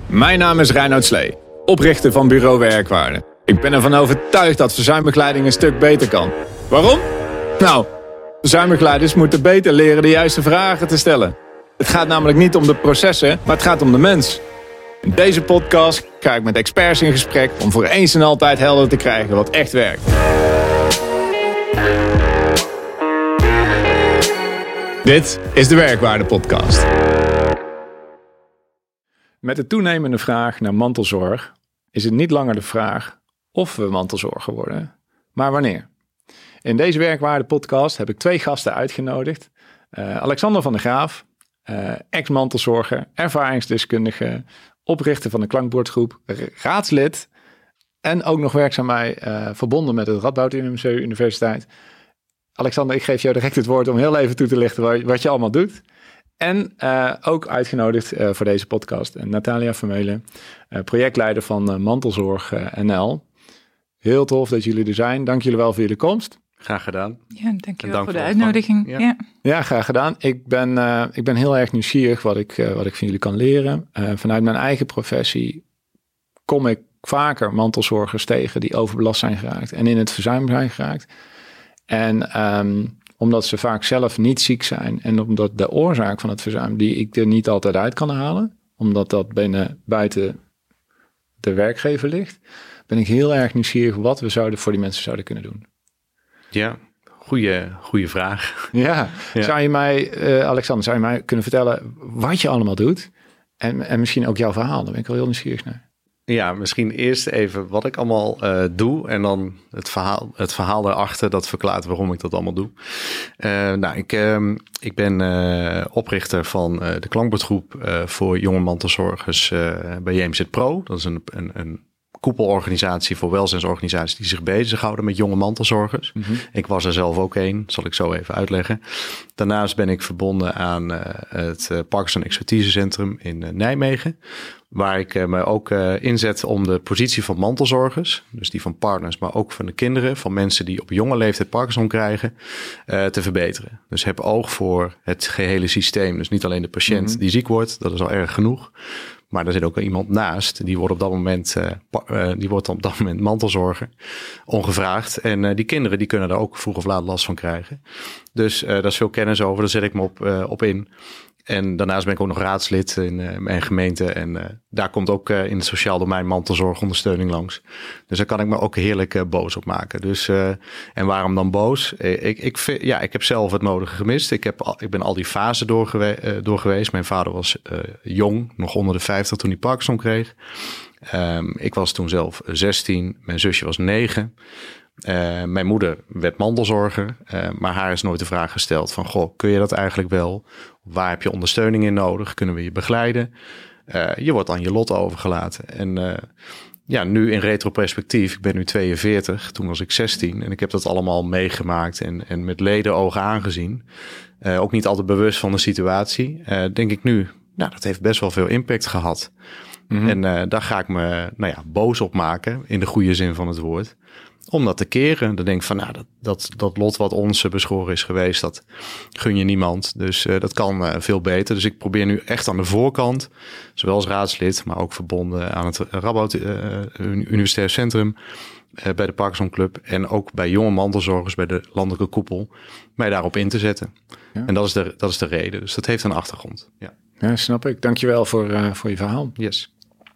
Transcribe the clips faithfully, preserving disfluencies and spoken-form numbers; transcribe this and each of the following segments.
Mijn naam is Reinoud Slee, oprichter van Bureau Werkwaarde. Ik ben ervan overtuigd dat verzuimbegeleiding een stuk beter kan. Waarom? Nou, verzuimbegeleiders moeten beter leren de juiste vragen te stellen. Het gaat namelijk niet om de processen, maar het gaat om de mens. In deze podcast ga ik met experts in gesprek om voor eens en altijd helder te krijgen wat echt werkt. Dit is de Werkwaarde Podcast. Met de toenemende vraag naar mantelzorg is het niet langer de vraag of we mantelzorger worden, maar wanneer. In deze Werkwaarde Podcast heb ik twee gasten uitgenodigd. Uh, Alexander van der Graaf, uh, ex-mantelzorger, ervaringsdeskundige, oprichter van de Klankbordgroep, raadslid en ook nog werkzaam bij uh, verbonden met het Radboud Universiteit. Alexander, ik geef jou direct het woord om heel even toe te lichten wat je allemaal doet. En uh, ook uitgenodigd uh, voor deze podcast uh, Natalia Vermeulen, uh, projectleider van uh, Mantelzorg uh, N L. Heel tof dat jullie er zijn. Dank jullie wel voor jullie komst. Graag gedaan. Ja, dank je wel dank voor de voor uitnodiging. Ja. Ja. ja, graag gedaan. Ik ben, uh, ik ben heel erg nieuwsgierig wat ik, uh, wat ik van jullie kan leren. Uh, vanuit mijn eigen professie kom ik vaker mantelzorgers tegen die overbelast zijn geraakt en in het verzuim zijn geraakt. En um, omdat ze vaak zelf niet ziek zijn en omdat de oorzaak van het verzuim die ik er niet altijd uit kan halen, omdat dat binnen buiten de werkgever ligt, ben ik heel erg nieuwsgierig wat we zouden voor die mensen zouden kunnen doen. Ja, goede, goede vraag. Ja, ja. Zou je mij, uh, Alexander, zou je mij kunnen vertellen wat je allemaal doet en, en misschien ook jouw verhaal? Daar ben ik wel heel nieuwsgierig naar. Ja, misschien eerst even wat ik allemaal uh, doe en dan het verhaal, het verhaal daarachter dat verklaart waarom ik dat allemaal doe. Uh, nou, ik, uh, ik ben uh, oprichter van uh, de Klankbordgroep uh, voor jonge mantelzorgers uh, bij J M Z Pro. Dat is een, een, een koepelorganisatie voor welzijnsorganisaties die zich bezighouden met jonge mantelzorgers. Mm-hmm. Ik was er zelf ook een, zal ik zo even uitleggen. Daarnaast ben ik verbonden aan uh, het uh, Parkinson Expertisecentrum in uh, Nijmegen, waar ik uh, me ook uh, inzet om de positie van mantelzorgers, dus die van partners, maar ook van de kinderen, van mensen die op jonge leeftijd Parkinson krijgen, uh, te verbeteren. Dus heb oog voor het gehele systeem. Dus niet alleen de patiënt mm-hmm. die ziek wordt, dat is al erg genoeg. Maar er zit ook iemand naast, die wordt op dat moment, uh, uh, die wordt op dat moment mantelzorger, ongevraagd. En uh, die kinderen die kunnen daar ook vroeg of laat last van krijgen. Dus uh, daar is veel kennis over, daar zet ik me op, uh, op in. En daarnaast ben ik ook nog raadslid in uh, mijn gemeente. En uh, daar komt ook uh, in het sociaal domein mantelzorgondersteuning langs. Dus daar kan ik me ook heerlijk uh, boos op maken. Dus, uh, en waarom dan boos? Ik, ik, vind, ja, ik heb zelf het nodige gemist. Ik, heb al, ik ben al die fasen doorgewe- uh, door geweest. Mijn vader was uh, jong, nog onder de vijftig toen hij Parkinson kreeg. Um, ik was toen zelf zestien. Mijn zusje was negen. Uh, mijn moeder werd mantelzorger, uh, maar haar is nooit de vraag gesteld van, goh, kun je dat eigenlijk wel? Waar heb je ondersteuning in nodig? Kunnen we je begeleiden? Uh, je wordt aan je lot overgelaten. En uh, ja, nu in retroperspectief, ik ben nu tweeënveertig, toen was ik zestien en ik heb dat allemaal meegemaakt en, en met ledenogen aangezien. Uh, ook niet altijd bewust van de situatie. Uh, denk ik nu, nou, dat heeft best wel veel impact gehad. Mm-hmm. En uh, daar ga ik me, nou ja, boos op maken, in de goede zin van het woord. Om dat te keren. Dan denk ik van, nou, dat, dat, dat lot wat ons beschoren is geweest, dat gun je niemand. Dus uh, dat kan uh, veel beter. Dus ik probeer nu echt aan de voorkant, zowel als raadslid, maar ook verbonden aan het Radboud uh, Universitair Centrum, uh, bij de Parkinson Club en ook bij jonge mantelzorgers bij de landelijke koepel, mij daarop in te zetten. Ja. En dat is, de, dat is de reden. Dus dat heeft een achtergrond. Ja, ja snap ik. Dankjewel voor, uh, voor je verhaal. Yes.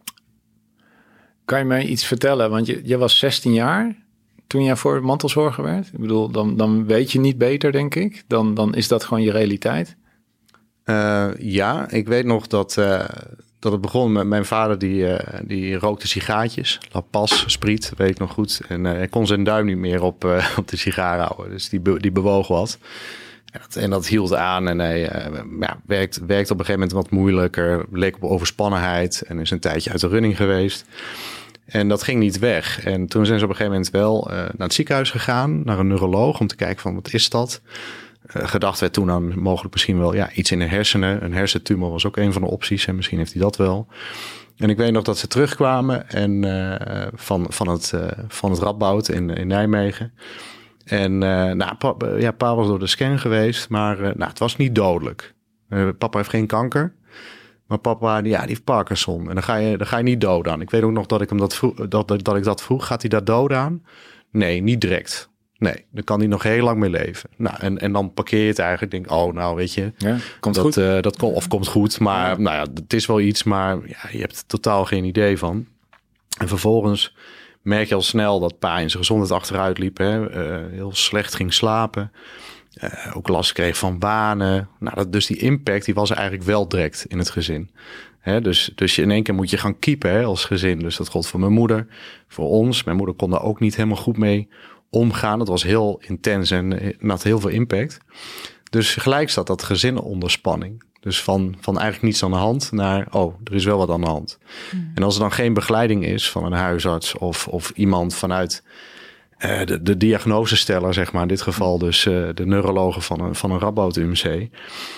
Kan je mij iets vertellen? Want je, je was zestien jaar toen jij voor mantelzorger werd. Ik bedoel, dan, dan weet je niet beter, denk ik. Dan, dan is dat gewoon je realiteit. Uh, ja, ik weet nog dat, uh, dat het begon met mijn vader. Die, uh, die rookte sigaartjes. La Pas, Spriet, weet ik nog goed. En uh, hij kon zijn duim niet meer op, uh, op de sigaar houden. Dus die, be- die bewoog wat. En dat, en dat hield aan. En hij uh, ja, werkt, werkte op een gegeven moment wat moeilijker. Leek op overspannenheid. En is een tijdje uit de running geweest. En dat ging niet weg. En toen zijn ze op een gegeven moment wel uh, naar het ziekenhuis gegaan, naar een neuroloog, om te kijken van wat is dat? Uh, gedacht werd toen aan mogelijk misschien wel ja, iets in de hersenen. Een hersentumor was ook een van de opties en misschien heeft hij dat wel. En ik weet nog dat ze terugkwamen en, uh, van, van, het, uh, van het Radboud in, in Nijmegen. En uh, nou, pa, ja, pa was door de scan geweest, maar uh, nou, het was niet dodelijk. Uh, papa heeft geen kanker. maar papa, ja, die heeft Parkinson. En dan ga je, dan ga je niet dood aan. Ik weet ook nog dat ik hem dat vroeg, dat, dat, dat ik dat vroeg. Gaat hij daar dood aan? Nee, niet direct. Nee, dan kan hij nog heel lang mee leven. Nou, en, en dan parkeer je het eigenlijk. Denk, oh, nou, weet je. Ja, komt dat, goed. Uh, dat komt, of komt goed. Maar ja. nou ja, het is wel iets. Maar ja, je hebt er totaal geen idee van. En vervolgens merk je al snel dat pa in zijn gezondheid achteruit liep. Hè? Uh, heel slecht ging slapen. Uh, ook last kreeg van banen. Nou, dat, dus die impact die was er eigenlijk wel direct in het gezin. Hè? Dus, dus je in één keer moet je gaan keepen hè, als gezin. Dus dat gold voor mijn moeder, voor ons. Mijn moeder kon daar ook niet helemaal goed mee omgaan. Het was heel intens en had heel veel impact. Dus gelijk staat dat gezin onder spanning. Dus van, van eigenlijk niets aan de hand naar, oh, er is wel wat aan de hand. Mm. En als er dan geen begeleiding is van een huisarts of, of iemand vanuit uh, de, de diagnosesteller, zeg maar, in dit geval dus uh, de neurologen van een, van een Radboud U M C.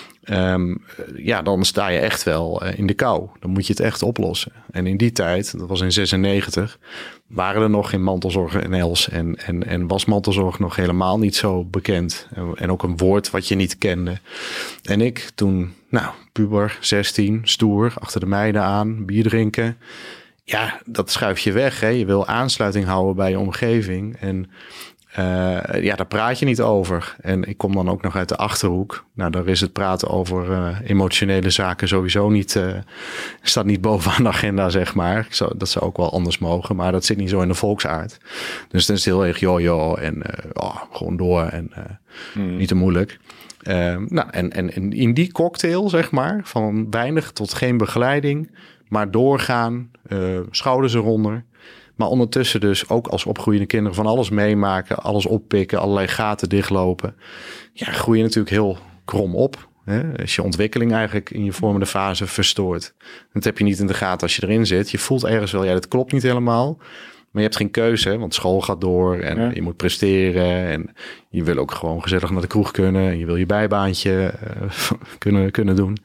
Um, ja, dan sta je echt wel uh, in de kou. Dan moet je het echt oplossen. En in die tijd, dat was in zesennegentig, waren er nog geen mantelzorg in Els. En, en, en was mantelzorg nog helemaal niet zo bekend. En, en ook een woord wat je niet kende. En ik toen, nou, puber, zestien, stoer, achter de meiden aan, bier drinken. Ja, dat schuif je weg. Hè? Je wil aansluiting houden bij je omgeving. En Uh, ja, daar praat je niet over. En ik kom dan ook nog uit de Achterhoek. Nou, daar is het praten over uh, emotionele zaken sowieso niet, uh, staat niet bovenaan de agenda, zeg maar. Ik zou, dat zou ook wel anders mogen, maar dat zit niet zo in de volksaard. Dus dan is het heel erg joh, joh en uh, oh, gewoon door en uh, mm. niet te moeilijk. Uh, nou, en, en, en in die cocktail, zeg maar, van weinig tot geen begeleiding, maar doorgaan, uh, schouders eronder. Maar ondertussen dus ook als opgroeiende kinderen van alles meemaken, alles oppikken, allerlei gaten dichtlopen. Ja, groei je natuurlijk heel krom op. Hè? Als je ontwikkeling eigenlijk in je vormende fase verstoort. Dat heb je niet in de gaten als je erin zit. Je voelt ergens wel, ja, dat klopt niet helemaal. Maar je hebt geen keuze, want school gaat door en ja. je moet presteren. En je wil ook gewoon gezellig naar de kroeg kunnen. En je wil je bijbaantje uh, kunnen, kunnen doen.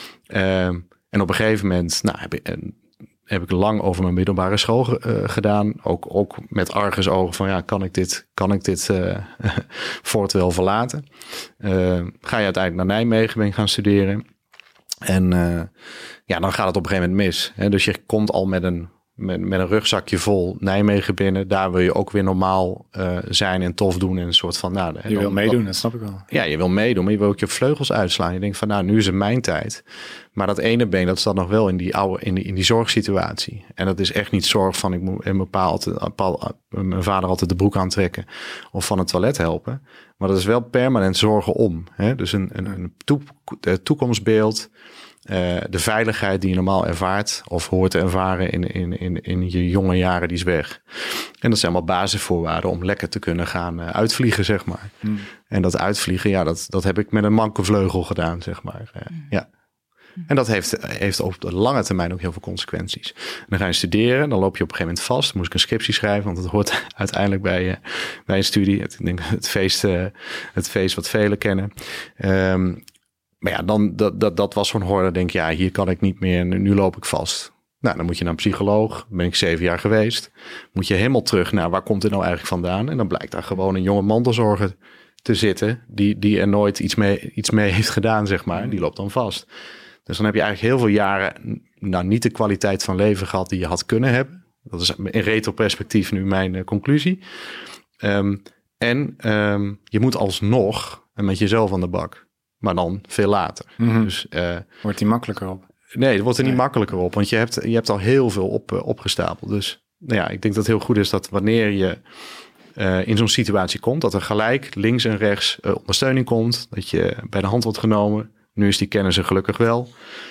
Uh, en op een gegeven moment, nou, heb ik... heb ik lang over mijn middelbare school uh, gedaan. Ook, ook met argusogen van ja, kan ik dit, kan ik dit uh, voort wel verlaten? Uh, ga je uiteindelijk naar Nijmegen ben gaan studeren. En uh, ja, dan gaat het op een gegeven moment mis. Hè? Dus je komt al met een, met, met een rugzakje vol Nijmegen binnen. Daar wil je ook weer normaal uh, zijn en tof doen. En een soort van... Nou, je dan, wil meedoen, dan, dat snap ik wel. Ja, je wil meedoen, maar je wil ook je vleugels uitslaan. Je denkt van nou, nu is het mijn tijd. Maar dat ene been, dat staat nog wel in die oude, in die, in die zorgsituatie. En dat is echt niet zorg van ik moet in bepaal altijd, mijn vader altijd de broek aantrekken of van het toilet helpen. Maar dat is wel permanent zorgen om. Hè? Dus een, een, een toe, toekomstbeeld, uh, de veiligheid die je normaal ervaart of hoort te ervaren in, in, in, in je jonge jaren, die is weg. En dat zijn allemaal basisvoorwaarden om lekker te kunnen gaan uh, uitvliegen, zeg maar. Hmm. En dat uitvliegen, ja, dat, dat heb ik met een manke vleugel gedaan, zeg maar. Uh, hmm. Ja. En dat heeft, heeft op de lange termijn ook heel veel consequenties. En dan ga je studeren, dan loop je op een gegeven moment vast. Dan moest ik een scriptie schrijven, want het hoort uiteindelijk bij, uh, bij een studie. Het, ik denk het feest, uh, het feest wat velen kennen. Um, maar ja, dan, dat, dat, dat was zo'n horde. Denk ja, hier kan ik niet meer. Nu loop ik vast. Nou, dan moet je naar een psycholoog. Ben ik zeven jaar geweest. Moet je helemaal terug naar waar komt het nou eigenlijk vandaan? En dan blijkt daar gewoon een jonge mantelzorger te zitten. Die, die er nooit iets mee, iets mee heeft gedaan, zeg maar. Die loopt dan vast. Dus dan heb je eigenlijk heel veel jaren nou niet de kwaliteit van leven gehad die je had kunnen hebben. Dat is in retroperspectief nu mijn uh, conclusie. Um, en um, je moet alsnog met jezelf aan de bak. Maar dan veel later. Mm-hmm. Dus, uh, wordt die makkelijker op? Nee, het wordt er nee. niet makkelijker op. Want je hebt, je hebt al heel veel op, uh, opgestapeld. Dus nou ja, ik denk dat het heel goed is dat wanneer je uh, in zo'n situatie komt, dat er gelijk links en rechts uh, ondersteuning komt. Dat je bij de hand wordt genomen. Nu is die kennis er gelukkig wel.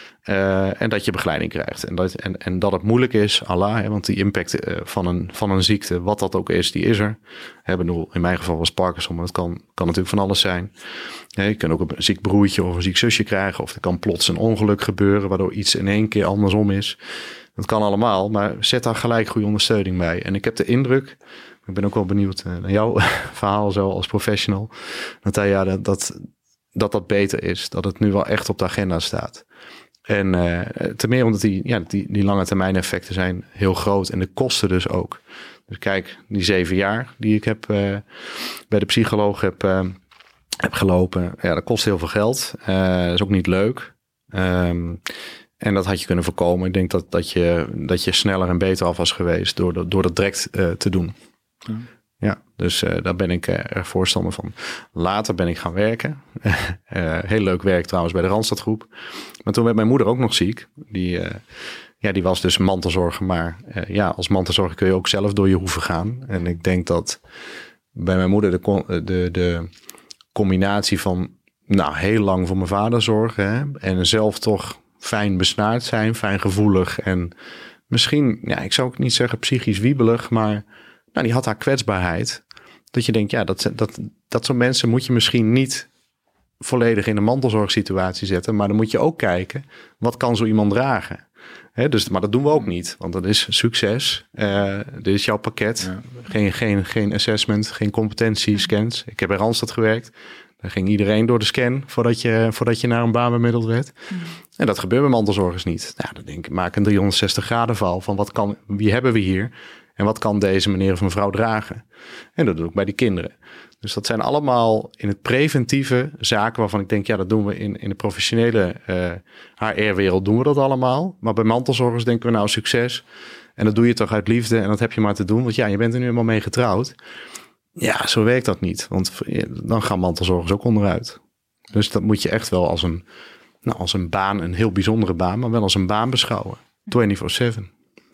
Uh, en dat je begeleiding krijgt. En dat, en, en dat het moeilijk is, Allah, hè, want die impact uh, van, een, van een ziekte, wat dat ook is, die is er. Hè, bedoel, in mijn geval was Parkinson, maar het kan, kan natuurlijk van alles zijn. Hè, je kan ook een ziek broertje of een ziek zusje krijgen. Of er kan plots een ongeluk gebeuren, waardoor iets in één keer andersom is. Dat kan allemaal, maar zet daar gelijk goede ondersteuning bij. En ik heb de indruk, ik ben ook wel benieuwd uh, naar jouw verhaal zo als professional. Dat ja, dat... dat dat dat beter is. Dat het nu wel echt op de agenda staat. En uh, ten meer omdat die, ja, die, die lange termijn effecten zijn heel groot. En de kosten dus ook. Dus kijk, die zeven jaar die ik heb uh, bij de psycholoog heb, uh, heb gelopen. Ja, dat kost heel veel geld. Uh, dat is ook niet leuk. Um, En dat had je kunnen voorkomen. Ik denk dat, dat, je, dat je sneller en beter af was geweest door, de, door dat direct uh, te doen. Ja, ja dus uh, daar ben ik uh, erg voorstander van. Later ben ik gaan werken. uh, heel leuk werk trouwens bij de Randstadgroep. Maar toen werd mijn moeder ook nog ziek. Die, uh, ja, die was dus mantelzorger. Maar uh, ja, als mantelzorger kun je ook zelf door je hoeven gaan. En ik denk dat bij mijn moeder de, de, de combinatie van nou, heel lang voor mijn vader zorgen. Hè, en zelf toch fijn besnaard zijn, fijn gevoelig. En misschien, ja, ik zou ook niet zeggen psychisch wiebelig, maar nou, die had haar kwetsbaarheid. Dat je denkt, ja, dat, dat, dat soort mensen moet je misschien niet volledig in een mantelzorgsituatie zetten. Maar dan moet je ook kijken, wat kan zo iemand dragen? He, dus, maar dat doen we ook niet, want dat is succes. Uh, dit is jouw pakket. Ja. Geen, geen, geen assessment, geen competentiescans. Ik heb bij Randstad gewerkt. Daar ging iedereen door de scan voordat je, voordat je naar een baan bemiddeld werd. Mm. En dat gebeurt bij mantelzorgers niet. Nou, dan denk ik, maak een driehonderdzestig graden val van wat kan, wie hebben we hier? En wat kan deze meneer of mevrouw dragen? En dat doe ik bij die kinderen. Dus dat zijn allemaal in het preventieve zaken waarvan ik denk, ja, dat doen we in, in de professionele uh, H R-wereld doen we dat allemaal. Maar bij mantelzorgers denken we nou succes. En dat doe je toch uit liefde en dat heb je maar te doen. Want ja, je bent er nu helemaal mee getrouwd. Ja, zo werkt dat niet. Want dan gaan mantelzorgers ook onderuit. Dus dat moet je echt wel als een, nou, als een baan, een heel bijzondere baan, maar wel als een baan beschouwen. vierentwintig zeven.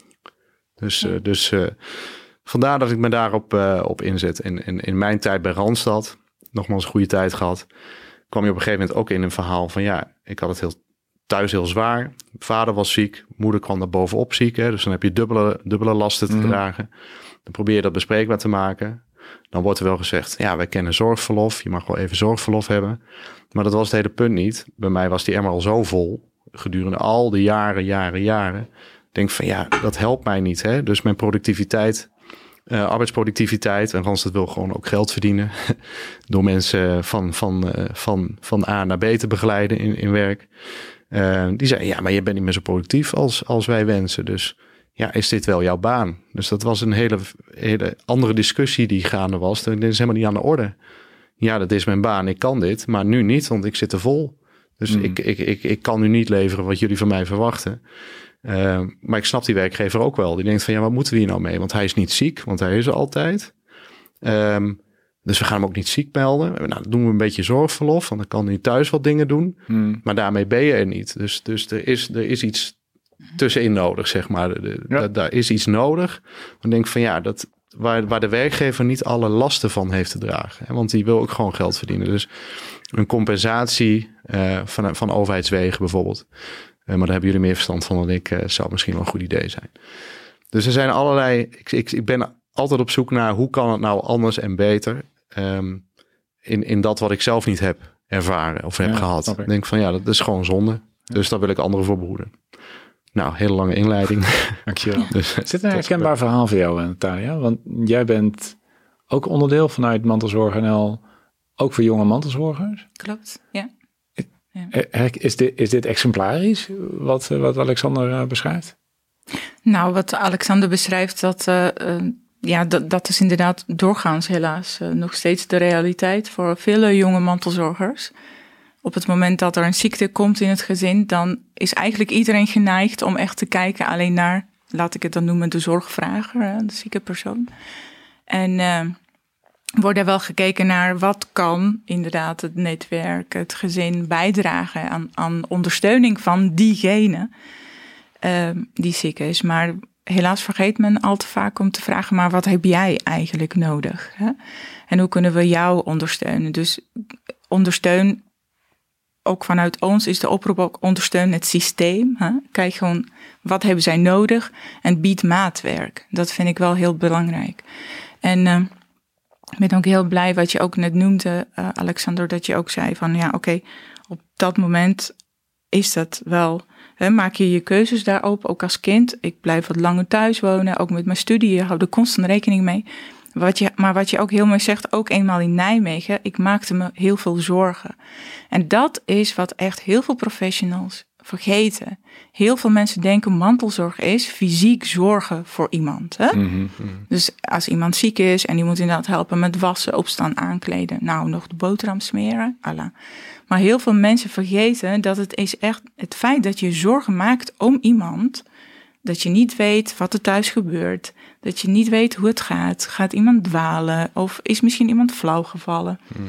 Dus, uh, dus uh, vandaar dat ik me daarop uh, op inzet. En, en in mijn tijd bij Randstad, nogmaals een goede tijd gehad, kwam je op een gegeven moment ook in een verhaal van ja, ik had het heel, thuis heel zwaar. Vader was ziek, moeder kwam daar bovenop ziek. Hè, dus dan heb je dubbele, dubbele lasten te mm. dragen. Dan probeer je dat bespreekbaar te maken. Dan wordt er wel gezegd, ja, wij kennen zorgverlof. Je mag wel even zorgverlof hebben. Maar dat was het hele punt niet. Bij mij was die emmer al zo vol. Gedurende al die jaren, jaren, jaren. Ik denk van ja, dat helpt mij niet. Hè? Dus mijn productiviteit, uh, arbeidsproductiviteit. En Randstad wil gewoon ook geld verdienen. Door mensen van, van, uh, van, van A naar B te begeleiden in, in werk. Uh, die zei, ja, maar je bent niet meer zo productief als, als wij wensen. Dus ja, is dit wel jouw baan? Dus dat was een hele, hele andere discussie die gaande was. Dat is helemaal niet aan de orde. Ja, dat is mijn baan, ik kan dit, maar nu niet, want ik zit er vol. Dus mm. ik, ik, ik, ik kan nu niet leveren wat jullie van mij verwachten. Uh, maar ik snap die werkgever ook wel. Die denkt van, ja, wat moeten we hier nou mee? Want hij is niet ziek, want hij is er altijd. Um, dus we gaan hem ook niet ziek melden. Nou, dan doen we een beetje zorgverlof, want dan kan hij thuis wat dingen doen. Mm. Maar daarmee ben je er niet. Dus, dus er, is, er is iets tussenin nodig, zeg maar. De, ja. da, daar is iets nodig. Dan denk ik van ja, dat, waar, waar de werkgever niet alle lasten van heeft te dragen. Hè, want die wil ook gewoon geld verdienen. Dus een compensatie uh, van, van overheidswegen bijvoorbeeld. Uh, maar daar hebben jullie meer verstand van dan ik. Uh, zou misschien wel een goed idee zijn. Dus er zijn allerlei... Ik, ik, ik ben altijd op zoek naar hoe kan het nou anders en beter. Um, in, in dat wat ik zelf niet heb ervaren of heb ja, gehad. Ik denk van ja, dat is gewoon zonde. Ja. Dus daar wil ik anderen voor behoeden. Nou, hele lange inleiding. Dankjewel. Dus, is dit een herkenbaar verhaal voor jou, Natalia? Want jij bent ook onderdeel vanuit Mantelzorg N L, ook voor jonge mantelzorgers. Klopt, ja. ja. Is, dit, is dit exemplarisch, wat, wat Alexander uh, beschrijft? Nou, wat Alexander beschrijft, dat, uh, uh, ja, dat, dat is inderdaad doorgaans helaas uh, nog steeds de realiteit voor vele jonge mantelzorgers. Op het moment dat er een ziekte komt in het gezin, dan is eigenlijk iedereen geneigd om echt te kijken alleen naar, laat ik het dan noemen, de zorgvrager, de zieke persoon. En uh, wordt er wel gekeken naar wat kan inderdaad het netwerk, het gezin bijdragen aan, aan ondersteuning van diegene uh, die ziek is. Maar helaas vergeet men al te vaak om te vragen, maar wat heb jij eigenlijk nodig? Hè? En hoe kunnen we jou ondersteunen? Dus ondersteun. Ook vanuit ons is de oproep ook ondersteun het systeem. Hè? Kijk gewoon, wat hebben zij nodig? En bied maatwerk. Dat vind ik wel heel belangrijk. En uh, ik ben ook heel blij wat je ook net noemde, uh, Alexander, dat je ook zei van ja, oké, okay, op dat moment is dat wel, hè, maak je je keuzes daarop, ook als kind. Ik blijf wat langer thuis wonen, ook met mijn studie, je houdt er constant rekening mee. Wat je, maar wat je ook heel mooi zegt, ook eenmaal in Nijmegen, ik maakte me heel veel zorgen. En dat is wat echt heel veel professionals vergeten. Heel veel mensen denken mantelzorg is fysiek zorgen voor iemand. Hè? Mm-hmm. Dus als iemand ziek is en die moet inderdaad helpen met wassen, opstaan, aankleden. Nou, nog de boterham smeren, alla. Maar heel veel mensen vergeten dat het is echt het feit dat je zorgen maakt om iemand, dat je niet weet wat er thuis gebeurt, dat je niet weet hoe het gaat. Gaat iemand dwalen of is misschien iemand flauw gevallen? Hmm.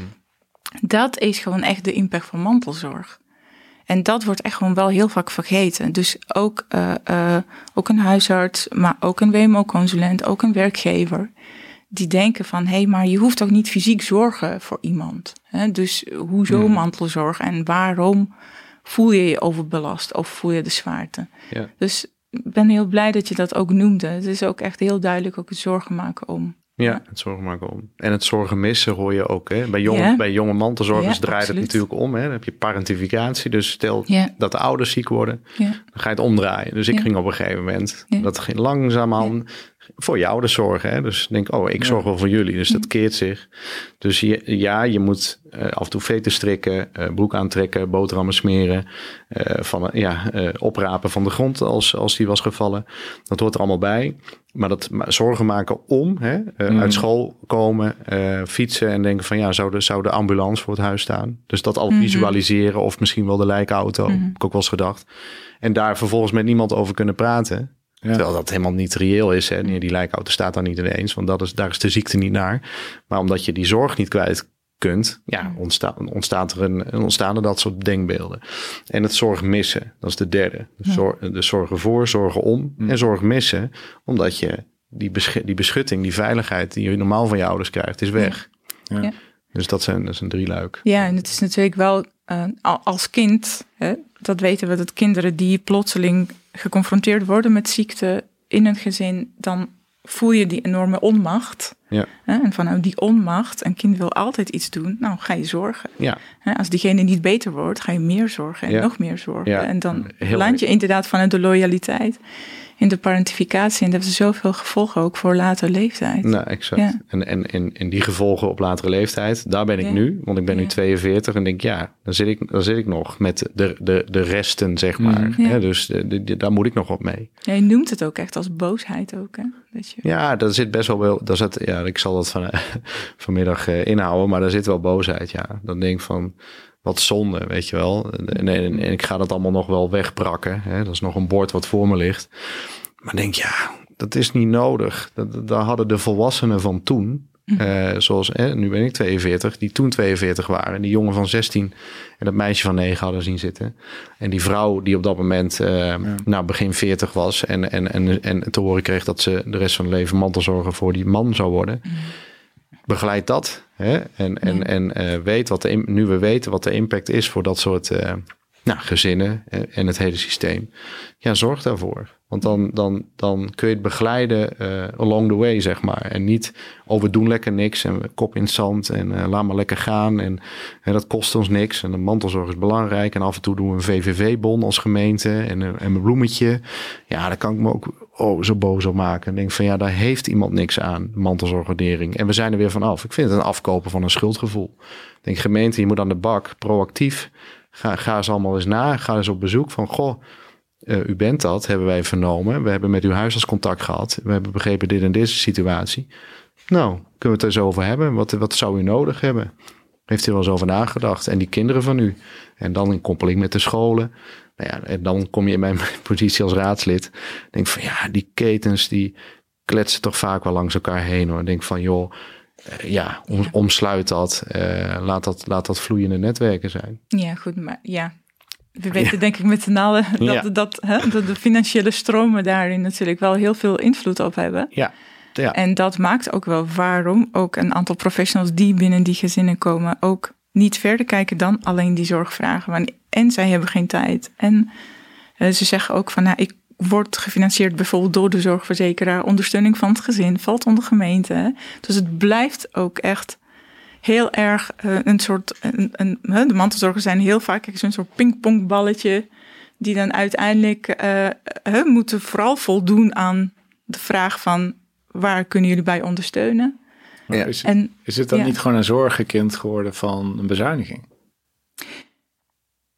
Dat is gewoon echt de impact van mantelzorg. En dat wordt echt gewoon wel heel vaak vergeten. Dus ook, uh, uh, ook een huisarts, maar ook een W M O-consulent, ook een werkgever, die denken van, hé, hey, maar je hoeft toch niet fysiek zorgen voor iemand. Hè? Dus hoezo hmm. mantelzorg en waarom voel je je overbelast of voel je de zwaarte? Ja. Dus ik ben heel blij dat je dat ook noemde. Het is ook echt heel duidelijk ook het zorgen maken om. Ja, het zorgen maken om. En het zorgen missen hoor je ook. Hè? Bij, jonge, ja. bij jonge mantelzorgers ja, draait absoluut. Het natuurlijk om. Hè? Dan heb je parentificatie. Dus stel ja. dat de ouders ziek worden, ja. dan ga je het omdraaien. Dus ik ja. ging op een gegeven moment, ja. dat ging langzaamaan ja. voor je ouders zorgen. Hè? Dus denk, oh, ik zorg ja. wel voor jullie. Dus dat keert zich. Dus je, ja, je moet uh, af en toe veten strikken, uh, broek aantrekken, boterhammen smeren, uh, van, uh, ja, uh, oprapen van de grond als, als die was gevallen. Dat hoort er allemaal bij. Maar dat zorgen maken om, hè, uh, mm. uit school komen, uh, fietsen en denken van ja, zou de, zou de ambulance voor het huis staan? Dus dat al mm-hmm. visualiseren of misschien wel de lijkauto, mm-hmm. heb ik ook wel eens gedacht. En daar vervolgens met niemand over kunnen praten. Ja. Terwijl dat helemaal niet reëel is. Hè? Die lijkauto staat daar niet ineens, want dat is, daar is de ziekte niet naar. Maar omdat je die zorg niet kwijt kunt, ja, ontstaan, ontstaat er een, ontstaan er dat soort denkbeelden. En het zorg missen, dat is de derde. De, zor, de zorgen voor, zorgen om mm. en zorg missen, omdat je die, besch- die beschutting, die veiligheid die je normaal van je ouders krijgt, is weg. Ja. Ja. Dus dat zijn, dat is een drieluik. Ja, en het is natuurlijk wel uh, als kind, hè, dat weten we, dat kinderen die plotseling geconfronteerd worden met ziekte in een gezin, dan voel je die enorme onmacht. Ja. En vanuit die onmacht, een kind wil altijd iets doen, nou ga je zorgen. Ja. Als diegene niet beter wordt, ga je meer zorgen en ja. nog meer zorgen. Ja. En dan Heel land je inderdaad vanuit de loyaliteit in de parentificatie. En dat heeft zoveel gevolgen ook voor latere leeftijd. Nou, exact. Ja. En, en, en, en die gevolgen op latere leeftijd, daar ben ik ja. nu. Want ik ben ja. nu tweeënveertig en denk, ja, dan zit ik, dan zit ik nog met de, de, de resten, zeg maar. Ja. Ja, dus de, de, de, daar moet ik nog op mee. Ja, je noemt het ook echt als boosheid ook, hè? Dat je... Ja, daar zit best wel wel. Daar zit, ja, ik zal dat van, vanmiddag uh, inhouden, maar daar zit wel boosheid, ja. Dan denk ik van, wat zonde, weet je wel. En, en, en ik ga dat allemaal nog wel wegbrakken. Hè? Dat is nog een bord wat voor me ligt. Maar denk, ja, dat is niet nodig. Dat, daar hadden de volwassenen van toen, uh, zoals, hè, nu ben ik tweeënveertig, die toen tweeënveertig waren. Die jongen van zestien en dat meisje van negen hadden zien zitten. En die vrouw die op dat moment, uh, ja. nou, begin veertig was en, en, en, en te horen kreeg dat ze de rest van hun leven mantelzorger voor die man zou worden. Mm. Begeleid dat. Hè? En, en, ja. en uh, weet wat de, nu we weten wat de impact is voor dat soort uh, nou, gezinnen en, en het hele systeem. Ja, zorg daarvoor. Want dan, dan, dan kun je het begeleiden uh, along the way, zeg maar. En niet, oh, we doen lekker niks en we kop in het zand en uh, laat maar lekker gaan. En, en dat kost ons niks. En de mantelzorg is belangrijk. En af en toe doen we een V V V-bon als gemeente en, en een bloemetje. Ja, daar kan ik me ook oh, zo boos op maken. En denk van, ja, daar heeft iemand niks aan, de mantelzorgwaardering. En we zijn er weer van af. Ik vind het een afkopen van een schuldgevoel. Ik denk, gemeente, je moet aan de bak, proactief. Ga, ga eens allemaal eens na. Ga eens op bezoek van, goh, Uh, u bent dat, hebben wij vernomen. We hebben met uw huisarts contact gehad. We hebben begrepen dit en deze situatie. Nou, kunnen we het er zo over hebben? Wat, wat zou u nodig hebben? Heeft u er wel eens over nagedacht? En die kinderen van u? En dan in koppeling met de scholen. Nou ja, en dan kom je in mijn positie als raadslid. Denk van ja, die ketens die kletsen toch vaak wel langs elkaar heen. Hoor. Denk van joh, uh, ja, om, omsluit dat. Uh, laat dat. Laat dat vloeiende netwerken zijn. Ja, goed, maar ja... We weten ja. denk ik met z'n allen dat, ja. dat, hè, dat de financiële stromen daarin natuurlijk wel heel veel invloed op hebben. Ja. Ja. En dat maakt ook wel waarom ook een aantal professionals die binnen die gezinnen komen ook niet verder kijken dan alleen die zorgvragen. Want en zij hebben geen tijd. En uh, ze zeggen ook van, nou, ik word gefinancierd bijvoorbeeld door de zorgverzekeraar. Ondersteuning van het gezin valt onder gemeente. Hè. Dus het blijft ook echt heel erg uh, een soort, een, een, de mantelzorgers zijn heel vaak zo'n soort pingpongballetje die dan uiteindelijk uh, uh, moeten vooral voldoen aan de vraag van waar kunnen jullie bij ondersteunen? Ja, is, het, en, is het dan ja. niet gewoon een zorgenkind geworden van een bezuiniging?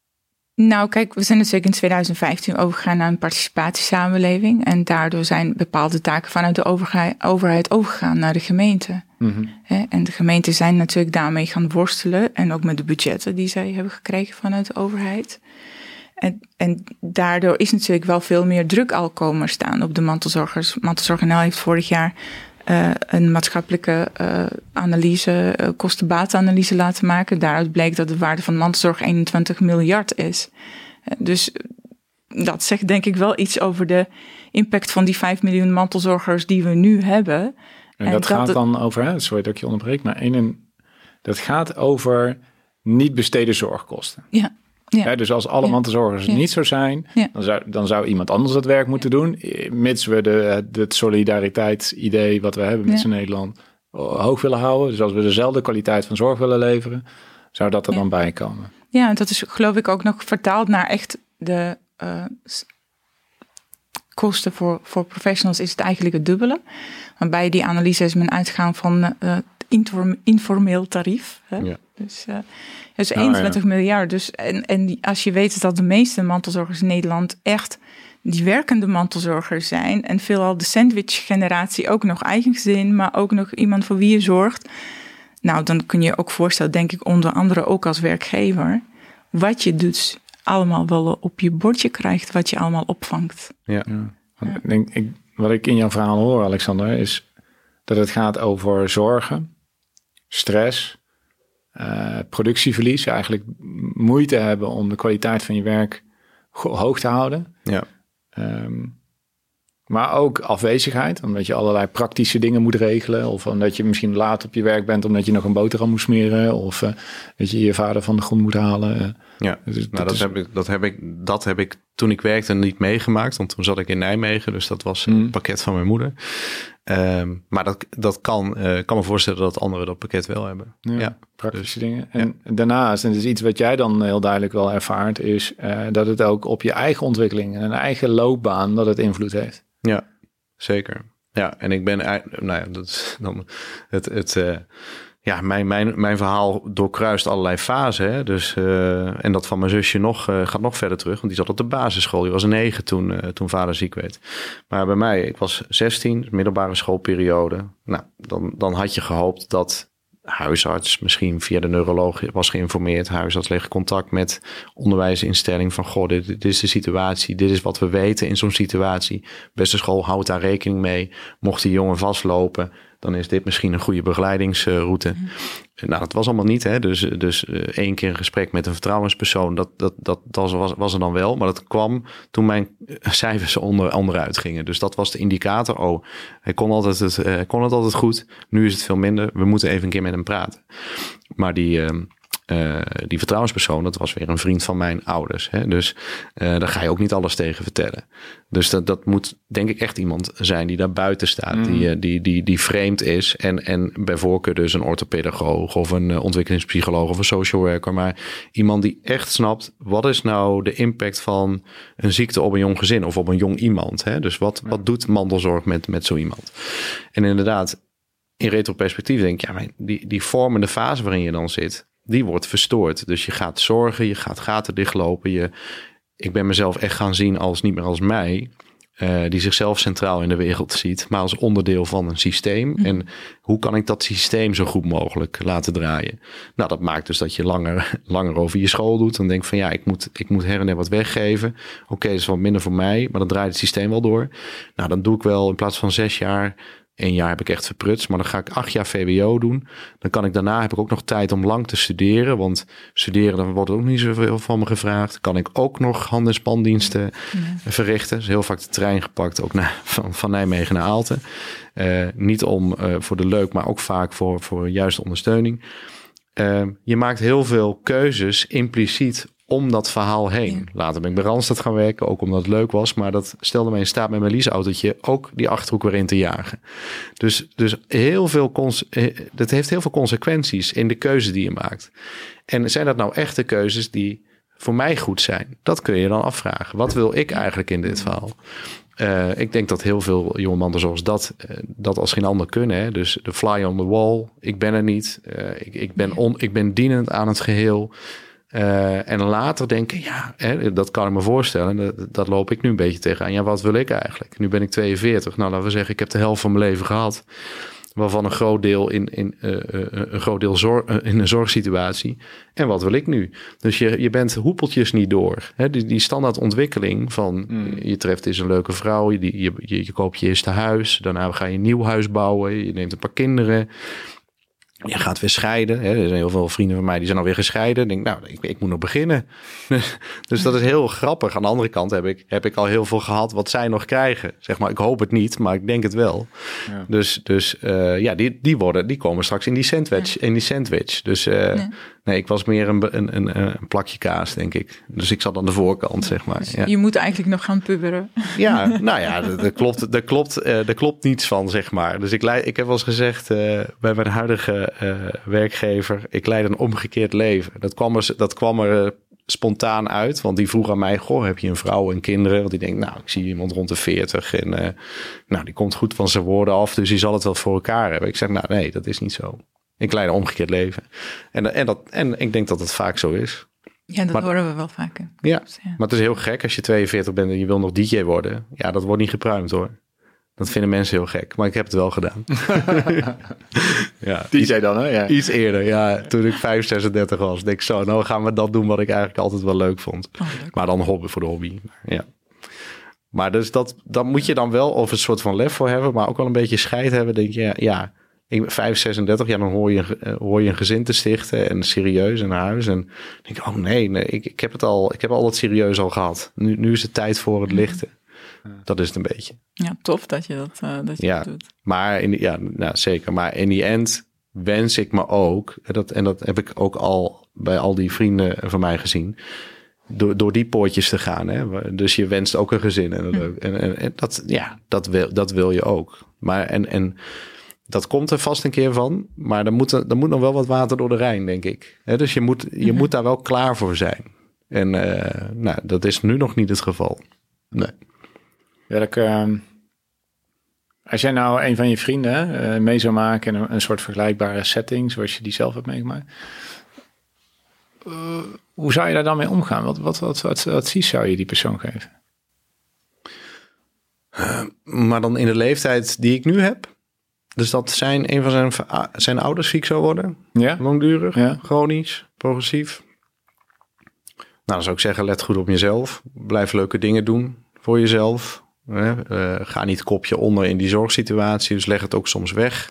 Nou, kijk, we zijn natuurlijk in twintig vijftien overgegaan naar een participatiesamenleving. En daardoor zijn bepaalde taken vanuit de overheid overgegaan naar de gemeente. Mm-hmm. En de gemeenten zijn natuurlijk daarmee gaan worstelen. En ook met de budgetten die zij hebben gekregen vanuit de overheid. En, en daardoor is natuurlijk wel veel meer druk al komen staan op de mantelzorgers. Mantelzorg N L heeft vorig jaar uh, een maatschappelijke uh, analyse, uh, kosten-batenanalyse laten maken. Daaruit bleek dat de waarde van mantelzorg eenentwintig miljard is. Uh, dus dat zegt denk ik wel iets over de impact van die vijf miljoen mantelzorgers die we nu hebben. En, en dat, dat gaat het, dan over, sorry dat ik je onderbreek, maar een, dat gaat over niet besteden zorgkosten. Ja. Ja. Ja, dus als alle ja. mantelzorgers ja. niet zo zijn, ja. dan, zou, dan zou iemand anders dat werk moeten doen. Mits we de, het solidariteitsidee wat we hebben met ja. z'n Nederland hoog willen houden. Dus als we dezelfde kwaliteit van zorg willen leveren, zou dat er ja. dan bij komen. Ja, en dat is geloof ik ook nog vertaald naar echt de uh, kosten voor, voor professionals is het eigenlijk het dubbele. Want bij die analyse is men uitgegaan van uh, inform, informeel tarief. Hè? Ja. Dus, uh, dus eenentwintig nou, ja. miljard. Dus, en, en als je weet dat de meeste mantelzorgers in Nederland echt die werkende mantelzorgers zijn. En veelal de sandwich-generatie ook nog eigen gezin, maar ook nog iemand voor wie je zorgt. Nou, dan kun je je ook voorstellen, denk ik, onder andere ook als werkgever, wat je dus allemaal wel op je bordje krijgt, wat je allemaal opvangt. Ja, ja. ja. Ik denk, ik, wat ik in jouw verhaal hoor, Alexander, is dat het gaat over zorgen, stress, Uh, productieverlies, eigenlijk moeite hebben om de kwaliteit van je werk hoog te houden. Ja. Um, maar ook afwezigheid, omdat je allerlei praktische dingen moet regelen. Of omdat je misschien laat op je werk bent, omdat je nog een boterham moet smeren. Of uh, dat je je vader van de grond moet halen. Ja, dus nou, dat, dat, is... heb ik, dat, heb ik, dat heb ik toen ik werkte niet meegemaakt. Want toen zat ik in Nijmegen, dus dat was een mm. pakket van mijn moeder. Um, maar dat, dat kan, uh, kan me voorstellen dat anderen dat pakket wel hebben. Ja, ja. Praktische dus, dingen. En ja. daarnaast, en dat is iets wat jij dan heel duidelijk wel ervaart, is uh, dat het ook op je eigen ontwikkeling en een eigen loopbaan, dat het invloed heeft. Ja, zeker. Ja, en ik ben, nou ja, dat is dan het, het uh, ja, mijn, mijn, mijn verhaal doorkruist allerlei fasen. Hè? Dus, uh, en dat van mijn zusje nog, uh, gaat nog verder terug, want die zat op de basisschool. Die was negen toen, uh, toen vader ziek werd. Maar bij mij, ik was zestien, middelbare schoolperiode. Nou, dan, dan had je gehoopt dat huisarts misschien via de neuroloog was geïnformeerd. Huisarts legde contact met onderwijsinstelling van goh, dit, dit is de situatie. Dit is wat we weten in zo'n situatie. Beste school, houdt daar rekening mee. Mocht die jongen vastlopen, dan is dit misschien een goede begeleidingsroute. Mm. Nou, dat was allemaal niet. Hè? Dus, dus uh, één keer een gesprek met een vertrouwenspersoon, dat, dat, dat, dat was, was er dan wel. Maar dat kwam toen mijn cijfers onder, onderuit gingen. Dus dat was de indicator. Oh, hij kon, altijd het, uh, hij kon het altijd goed. Nu is het veel minder. We moeten even een keer met hem praten. Maar die... Uh, Uh, die vertrouwenspersoon, dat was weer een vriend van mijn ouders. Hè? Dus uh, daar ga je ook niet alles tegen vertellen. Dus dat, dat moet denk ik echt iemand zijn die daar buiten staat. Mm. Die, die, die, die vreemd is. En, en bij voorkeur dus een orthopedagoog of een uh, ontwikkelingspsycholoog of een social worker. Maar iemand die echt snapt, wat is nou de impact van een ziekte op een jong gezin of op een jong iemand. Hè? Dus wat, ja. wat doet mantelzorg met, met zo iemand? En inderdaad, in retroperspectief denk ik, ja, maar die, die vormende fase waarin je dan zit, die wordt verstoord. Dus je gaat zorgen, je gaat gaten dichtlopen. Je, ik ben mezelf echt gaan zien als niet meer als mij, uh, die zichzelf centraal in de wereld ziet, maar als onderdeel van een systeem. Mm. En hoe kan ik dat systeem zo goed mogelijk laten draaien? Nou, dat maakt dus dat je langer, langer over je school doet. Dan denk van ja, ik moet, ik moet her en der wat weggeven. Oké, okay, dat is wat minder voor mij, maar dan draait het systeem wel door. Nou, dan doe ik wel in plaats van zes jaar... Eén jaar heb ik echt verprutst, maar dan ga ik acht jaar V W O doen. Dan kan ik daarna, heb ik ook nog tijd om lang te studeren. Want studeren, dan wordt ook niet zoveel van me gevraagd. Kan ik ook nog hand- en spandiensten ja. verrichten. Dus heel vaak de trein gepakt, ook naar, van, van Nijmegen naar Aalten. Uh, niet om uh, voor de leuk, maar ook vaak voor, voor juiste ondersteuning. Uh, je maakt heel veel keuzes impliciet om dat verhaal heen. Ja. Later ben ik bij Randstad gaan werken, ook omdat het leuk was. Maar dat stelde mij in staat met mijn leaseautootje ook die Achterhoek weer in te jagen. Dus, dus heel veel cons- dat heeft heel veel consequenties in de keuze die je maakt. En zijn dat nou echte keuzes die voor mij goed zijn? Dat kun je dan afvragen. Wat wil ik eigenlijk in dit verhaal? Uh, ik denk dat heel veel jonge mantelzorgers dat, uh, dat als geen ander kunnen. Hè? Dus de fly on the wall. Ik ben er niet. Uh, ik, ik, ben on, ik ben dienend aan het geheel. Uh, en later denken, ja, hè, dat kan ik me voorstellen. Dat, dat loop ik nu een beetje tegenaan. Ja, wat wil ik eigenlijk? Nu ben ik tweeënveertig. Nou, laten we zeggen, ik heb de helft van mijn leven gehad. Waarvan een groot deel in, in, uh, uh, een groot deel zor- uh, in een zorgsituatie. En wat wil ik nu? Dus je, je bent hoepeltjes niet door. Hè? Die, die standaard ontwikkeling van mm. je treft eens een leuke vrouw. Je, je, je, je koopt je eerste huis. Daarna ga je een nieuw huis bouwen. Je neemt een paar kinderen. Je gaat weer scheiden. Hè? Er zijn heel veel vrienden van mij die zijn alweer gescheiden. Ik denk, nou, ik, ik moet nog beginnen. Dus dat is heel grappig. Aan de andere kant heb ik, heb ik al heel veel gehad wat zij nog krijgen. Zeg maar, ik hoop het niet, maar ik denk het wel. Ja. Dus, dus uh, ja, die, die, worden, die komen straks in die sandwich. Ja. In die sandwich. Dus uh, nee. nee, ik was meer een, een, een, een plakje kaas, denk ik. Dus ik zat aan de voorkant, zeg maar. Dus ja. Je moet eigenlijk nog gaan pubberen. Ja, nou ja, daar klopt, daar klopt, uh, daar klopt niets van, zeg maar. Dus ik, leid, ik heb wel eens gezegd uh, bij mijn huidige Uh, werkgever, ik leid een omgekeerd leven. Dat kwam er, dat kwam er uh, spontaan uit, want die vroeg aan mij, goh, heb je een vrouw en kinderen? Want die denkt, nou, ik zie iemand rond de veertig en uh, nou, die komt goed van zijn woorden af, dus die zal het wel voor elkaar hebben. Ik zeg, nou, nee, dat is niet zo. Ik leid een omgekeerd leven. En, en, dat, en ik denk dat het vaak zo is. Ja, dat maar, horen we wel vaker. Ja, dus, ja, maar het is heel gek als je tweeënveertig bent en je wil nog D J worden. Ja, dat wordt niet gepruimd, hoor. Dat vinden mensen heel gek, maar ik heb het wel gedaan. ja, die zei dan, hè? Ja. Iets eerder, ja. Toen ik vijf, zesendertig was. Denk ik zo, nou gaan we dat doen wat ik eigenlijk altijd wel leuk vond. Oh, leuk. Maar dan hobby voor de hobby. Ja. Maar dus dat, dat moet je dan wel of een soort van lef voor hebben, maar ook wel een beetje scheid hebben. Denk je, ja, ja ik ben vijf, zesendertig, ja, dan hoor je, hoor je een gezin te stichten en serieus en een huis. En denk ik, oh nee, nee ik, ik heb het al, ik heb al het serieus al gehad. Nu, nu is het tijd voor het lichten. Dat is het een beetje. Ja, tof dat je dat, uh, dat, je ja, dat doet. Maar in, ja, nou, zeker. Maar in die end wens ik me ook, dat, en dat heb ik ook al bij al die vrienden van mij gezien, door, door die poortjes te gaan. Hè? Dus je wenst ook een gezin. En, hm. en, en, en dat, ja, dat, wil, dat wil je ook. Maar en, en dat komt er vast een keer van. Maar er moet, er moet nog wel wat water door de Rijn, denk ik. Hè? Dus je, moet, je hm. moet daar wel klaar voor zijn. En uh, nou, dat is nu nog niet het geval. Nee. Welke, uh, als jij nou een van je vrienden uh, mee zou maken in een, een soort vergelijkbare setting, zoals je die zelf hebt meegemaakt, uh, hoe zou je daar dan mee omgaan? Wat, wat, wat, wat advies zou je die persoon geven? Uh, maar dan in de leeftijd die ik nu heb? Dus dat zijn een van zijn, zijn ouders ziek zou worden? Ja. Langdurig, ja. Chronisch, progressief? Nou, dan zou ik zeggen, let goed op jezelf. Blijf leuke dingen doen voor jezelf. Uh, ga niet kopje onder in die zorgsituatie, dus leg het ook soms weg.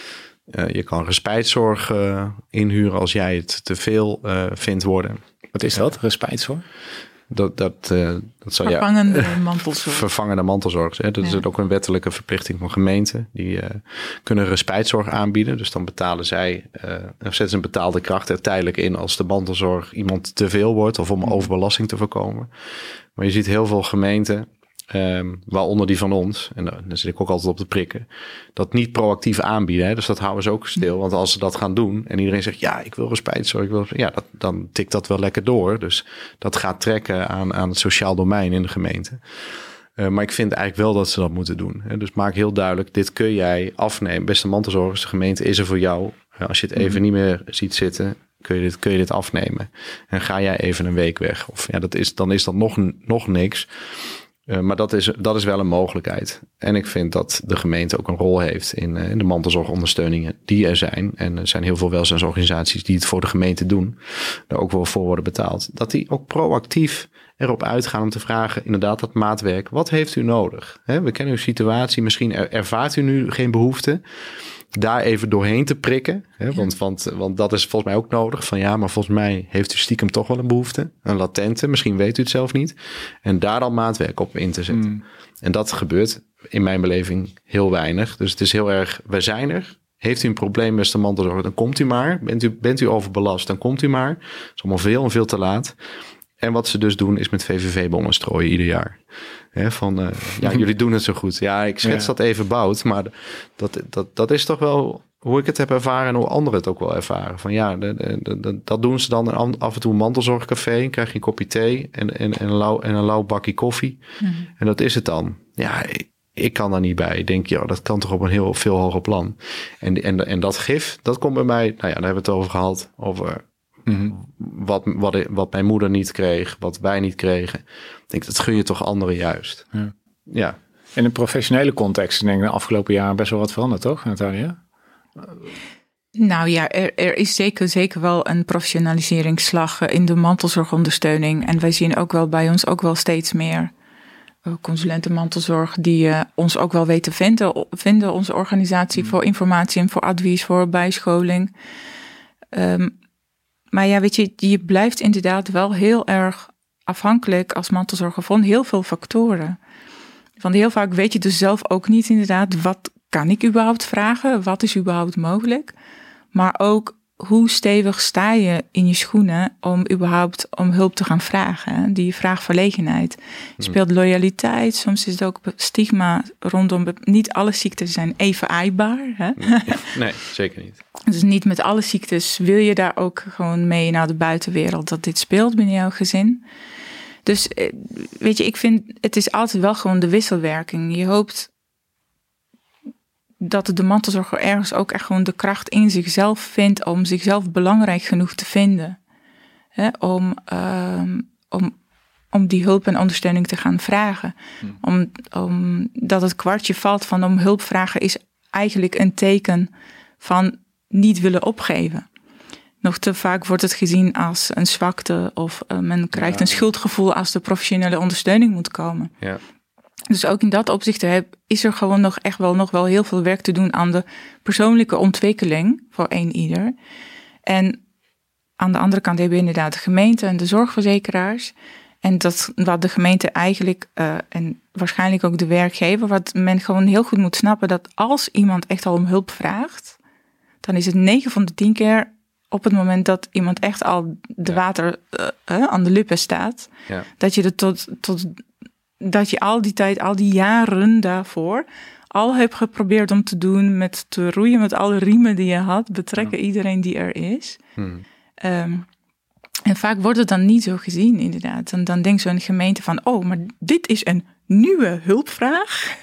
Uh, je kan respijtzorg uh, inhuren als jij het te veel uh, vindt worden. Wat is dat, respijtzorg? Dat, dat, uh, dat zou vervangende ja, mantelzorg. Vervangende mantelzorg. Hè? Dat ja. is ook een wettelijke verplichting van gemeenten. Die uh, kunnen respijtzorg aanbieden. Dus dan betalen zij, uh, zetten ze een betaalde kracht er tijdelijk in als de mantelzorg iemand te veel wordt of om overbelasting te voorkomen. Maar je ziet heel veel gemeenten, Um, waaronder die van ons, en daar zit ik ook altijd op te prikken, dat niet proactief aanbieden. Hè? Dus dat houden ze ook stil. Want als ze dat gaan doen en iedereen zegt, ja, ik wil respijtzorg, ik wil, ja, dat, dan tikt dat wel lekker door. Dus dat gaat trekken aan, aan het sociaal domein in de gemeente. Uh, maar ik vind eigenlijk wel dat ze dat moeten doen. Hè? Dus maak heel duidelijk, dit kun jij afnemen. Beste mantelzorgers, de gemeente is er voor jou. Uh, als je het even mm-hmm. niet meer ziet zitten, kun je dit, kun je dit afnemen. En ga jij even een week weg. Of ja, dat is, dan is dat nog, nog niks. Uh, maar dat is, dat is wel een mogelijkheid. En ik vind dat de gemeente ook een rol heeft in, uh, in de mantelzorgondersteuningen die er zijn. En er zijn heel veel welzijnsorganisaties die het voor de gemeente doen. Daar ook wel voor worden betaald. Dat die ook proactief erop uitgaan om te vragen, inderdaad dat maatwerk. Wat heeft u nodig? He, we kennen uw situatie. Misschien er, ervaart u nu geen behoefte. Daar even doorheen te prikken. Hè, ja. want, want, want dat is volgens mij ook nodig. Van ja, maar volgens mij heeft u stiekem toch wel een behoefte. Een latente, misschien weet u het zelf niet. En daar dan maatwerk op in te zetten. Mm. En dat gebeurt in mijn beleving heel weinig. Dus het is heel erg, wij zijn er. Heeft u een probleem met de mantelzorg, dan komt u maar. Bent u, bent u overbelast, dan komt u maar. Het is allemaal veel en veel te laat. En wat ze dus doen is met V V V-bonnen strooien ieder jaar. He, van, uh, ja, jullie doen het zo goed. Ja, ik schets ja. dat even bout. Maar dat, dat, dat is toch wel hoe ik het heb ervaren en hoe anderen het ook wel ervaren. Van ja, de, de, de, dat doen ze dan af en toe een mantelzorgcafé. Krijg je een kopje thee en, en, en, een, lauw, en een lauw bakje koffie. Mm-hmm. En dat is het dan. Ja, ik, ik kan daar niet bij. Ik denk, ja, dat kan toch op een heel veel hoger plan. En, en, en dat gif, dat komt bij mij, nou ja, daar hebben we het over gehad. Over Mm-hmm. Wat, wat, wat mijn moeder niet kreeg, wat wij niet kregen. Ik denk, dat gun je toch anderen juist. Ja. Ja. In een professionele context denk ik de afgelopen jaren best wel wat veranderd, toch, Natalia? Nou ja, er, er is zeker, zeker wel een professionaliseringsslag in de mantelzorgondersteuning. En wij zien ook wel bij ons ook wel steeds meer consulenten mantelzorg die uh, ons ook wel weten vinden, vinden onze organisatie, mm. voor informatie en voor advies, voor bijscholing. Um, maar ja, weet je, je blijft inderdaad wel heel erg afhankelijk als mantelzorger van heel veel factoren. Want heel vaak weet je dus zelf ook niet inderdaad, wat kan ik überhaupt vragen? Wat is überhaupt mogelijk? Maar ook, hoe stevig sta je in je schoenen om überhaupt om hulp te gaan vragen? Die vraagverlegenheid. Je speelt loyaliteit. Soms is het ook stigma rondom. Niet alle ziektes zijn even aaibaar. Hè? Nee, zeker niet. Dus niet met alle ziektes wil je daar ook gewoon mee naar de buitenwereld. Dat dit speelt binnen jouw gezin. Dus weet je, ik vind het is altijd wel gewoon de wisselwerking. Je hoopt dat de mantelzorger ergens ook echt gewoon de kracht in zichzelf vindt om zichzelf belangrijk genoeg te vinden. Hè, om, um, om, om die hulp en ondersteuning te gaan vragen. Hmm. Om, om, dat het kwartje valt van om hulp vragen is eigenlijk een teken van niet willen opgeven. Nog te vaak wordt het gezien als een zwakte of uh, men krijgt ja. een schuldgevoel als de professionele ondersteuning moet komen. Ja. Dus ook in dat opzicht is er gewoon nog echt wel nog wel heel veel werk te doen aan de persoonlijke ontwikkeling voor een ieder. En aan de andere kant hebben we inderdaad de gemeente en de zorgverzekeraars. En dat wat de gemeente eigenlijk uh, en waarschijnlijk ook de werkgever, wat men gewoon heel goed moet snappen, dat als iemand echt al om hulp vraagt, dan is het negen van de tien keer op het moment dat iemand echt al de water uh, uh, aan de lippen staat, ja. dat je er tot, tot dat je al die tijd, al die jaren daarvoor al hebt geprobeerd om te doen met te roeien met alle riemen die je had, betrekken ja. iedereen die er is. Hmm. Um, en vaak wordt het dan niet zo gezien, inderdaad. En dan denkt zo'n gemeente van, oh, maar dit is een nieuwe hulpvraag.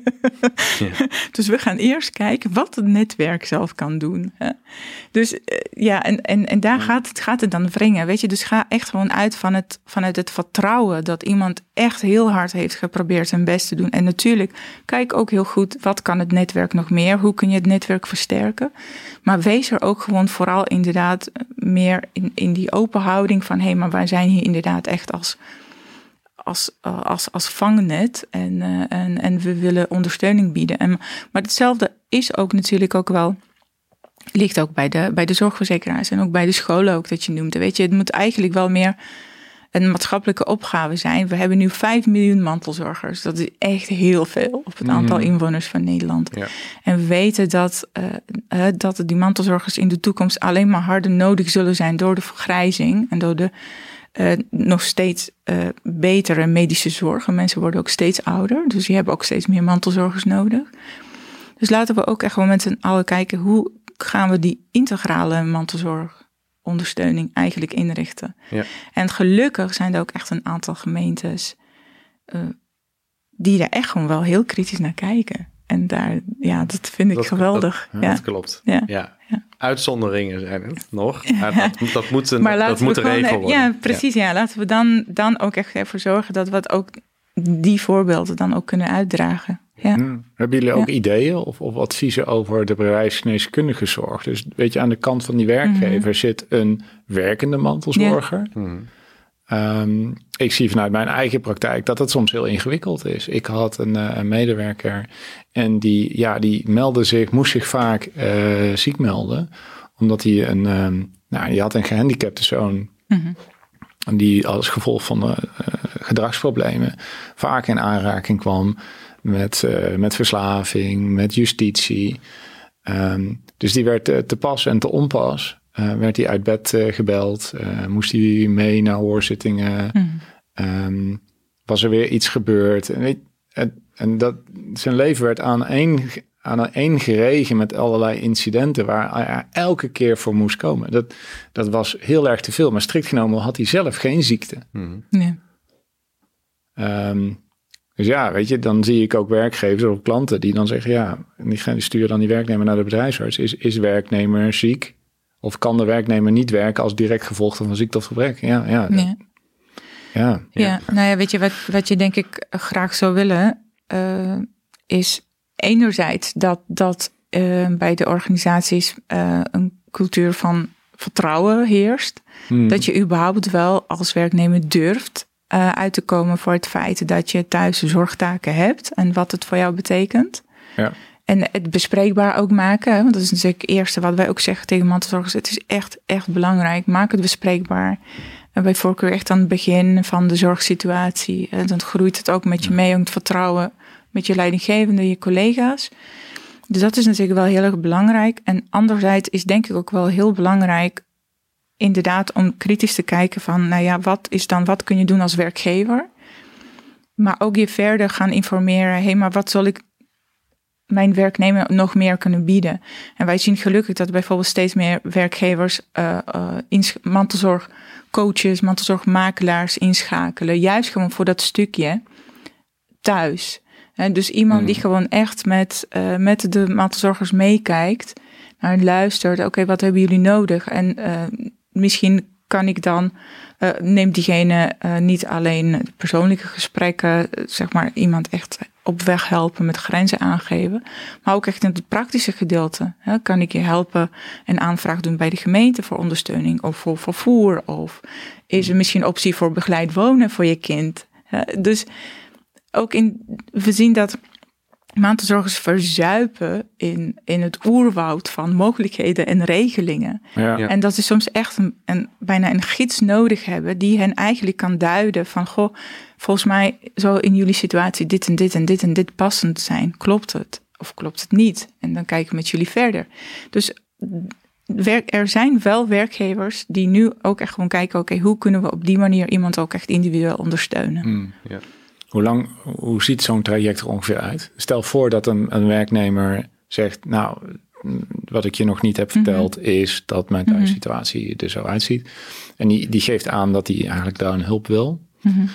Ja. Dus we gaan eerst kijken wat het netwerk zelf kan doen. Hè? Dus uh, ja, en, en, en daar ja. gaat, het, gaat het dan wringen, weet je. Dus ga echt gewoon uit van het, vanuit het vertrouwen dat iemand echt heel hard heeft geprobeerd zijn best te doen. En natuurlijk, kijk ook heel goed, wat kan het netwerk nog meer? Hoe kun je het netwerk versterken? Maar wees er ook gewoon vooral inderdaad meer in, in die open houding van, hé, hey, maar wij zijn hier inderdaad echt als... Als, als, als vangnet en, uh, en, en we willen ondersteuning bieden. En, maar hetzelfde is ook natuurlijk ook wel, ligt ook bij de, bij de zorgverzekeraars en ook bij de scholen ook dat je noemt. Weet je, het moet eigenlijk wel meer een maatschappelijke opgave zijn. We hebben nu vijf miljoen mantelzorgers. Dat is echt heel veel op het aantal mm. inwoners van Nederland. Ja. En we weten dat, uh, uh, dat die mantelzorgers in de toekomst alleen maar harder nodig zullen zijn door de vergrijzing en door de Uh, nog steeds uh, betere medische zorg. En mensen worden ook steeds ouder. Dus die hebben ook steeds meer mantelzorgers nodig. Dus laten we ook echt wel met z'n allen kijken, hoe gaan we die integrale mantelzorgondersteuning eigenlijk inrichten. Ja. En gelukkig zijn er ook echt een aantal gemeentes uh, die daar echt gewoon wel heel kritisch naar kijken. En daar, ja, dat vind ik dat, geweldig. Dat, ja. dat klopt. Ja. Ja. Ja. Uitzonderingen zijn het nog. Ja. Dat, dat moet een, dat moet een regel worden. Ja, precies. Ja. Ja. Laten we dan, dan ook echt ervoor zorgen dat we het ook die voorbeelden dan ook kunnen uitdragen. Ja. Hmm. Hebben jullie ook ja. ideeën of, of adviezen over de bedrijfsgeneeskundige zorg? Dus weet je, aan de kant van die werkgever mm-hmm. zit een werkende mantelzorger. Ja. Mm-hmm. Um, ik zie vanuit mijn eigen praktijk dat het soms heel ingewikkeld is. Ik had een, uh, een medewerker en die, ja, die meldde zich, moest zich vaak uh, ziek melden. Omdat hij een, um, nou, die had een gehandicapte zoon. Mm-hmm. Die als gevolg van uh, uh, gedragsproblemen vaak in aanraking kwam met, uh, met verslaving, met justitie. Um, dus die werd uh, te pas en te onpas. Uh, werd hij uit bed uh, gebeld, uh, moest hij mee naar hoorzittingen, mm. um, was er weer iets gebeurd. En, en, en dat, zijn leven werd aan één, aan één geregen met allerlei incidenten waar hij elke keer voor moest komen. Dat, dat was heel erg te veel, maar strikt genomen had hij zelf geen ziekte. Mm. Nee. Um, dus ja, weet je, dan zie ik ook werkgevers of klanten die dan zeggen, ja, die sturen dan die werknemer naar de bedrijfsarts. Is, is werknemer ziek? Of kan de werknemer niet werken als direct gevolg van ziekte of gebrek? Ja, ja. Ja. Ja. Ja, nou ja, weet je, wat, wat je denk ik graag zou willen, uh, is enerzijds dat, dat uh, bij de organisaties uh, een cultuur van vertrouwen heerst. Hmm. Dat je überhaupt wel als werknemer durft uh, uit te komen voor het feit dat je thuis zorgtaken hebt en wat het voor jou betekent. Ja. En het bespreekbaar ook maken, want dat is natuurlijk het eerste wat wij ook zeggen tegen mantelzorgers. Het is echt, echt belangrijk. Maak het bespreekbaar. En bij voorkeur echt aan het begin van de zorgsituatie. En dan groeit het ook met je mee, om het vertrouwen met je leidinggevende, je collega's. Dus dat is natuurlijk wel heel erg belangrijk. En anderzijds is denk ik ook wel heel belangrijk, inderdaad, om kritisch te kijken van, nou ja, wat is dan, wat kun je doen als werkgever? Maar ook je verder gaan informeren, hé, hey, maar wat zal ik mijn werknemer nog meer kunnen bieden? En wij zien gelukkig dat bijvoorbeeld steeds meer werkgevers uh, uh, ins- mantelzorgcoaches, mantelzorgmakelaars inschakelen. Juist gewoon voor dat stukje thuis. En dus iemand mm. die gewoon echt met, uh, met de mantelzorgers meekijkt, naar luistert. Oké, okay, wat hebben jullie nodig? En uh, misschien kan ik dan, uh, neemt diegene uh, niet alleen persoonlijke gesprekken, zeg maar iemand echt op weg helpen met grenzen aangeven, maar ook echt in het praktische gedeelte. Hè? Kan ik je helpen en aanvraag doen bij de gemeente voor ondersteuning of voor vervoer? Of is er misschien optie voor begeleid wonen voor je kind? Hè? Dus ook in, we zien dat mantelzorgers verzuipen in, in het oerwoud van mogelijkheden en regelingen. Ja. Ja. En dat ze soms echt een, een, bijna een gids nodig hebben die hen eigenlijk kan duiden van, goh, volgens mij zou in jullie situatie dit en dit en dit en dit passend zijn. Klopt het? Of klopt het niet? En dan kijken we met jullie verder. Dus werk, er zijn wel werkgevers die nu ook echt gewoon kijken, oké, okay, hoe kunnen we op die manier iemand ook echt individueel ondersteunen? Mm, ja. Hoe lang, hoe ziet zo'n traject er ongeveer uit? Stel voor dat een, een werknemer zegt, nou, wat ik je nog niet heb verteld, mm-hmm. is dat mijn thuissituatie mm-hmm. er zo uitziet. En die, die geeft aan dat hij eigenlijk daar een hulp wil. Mm-hmm.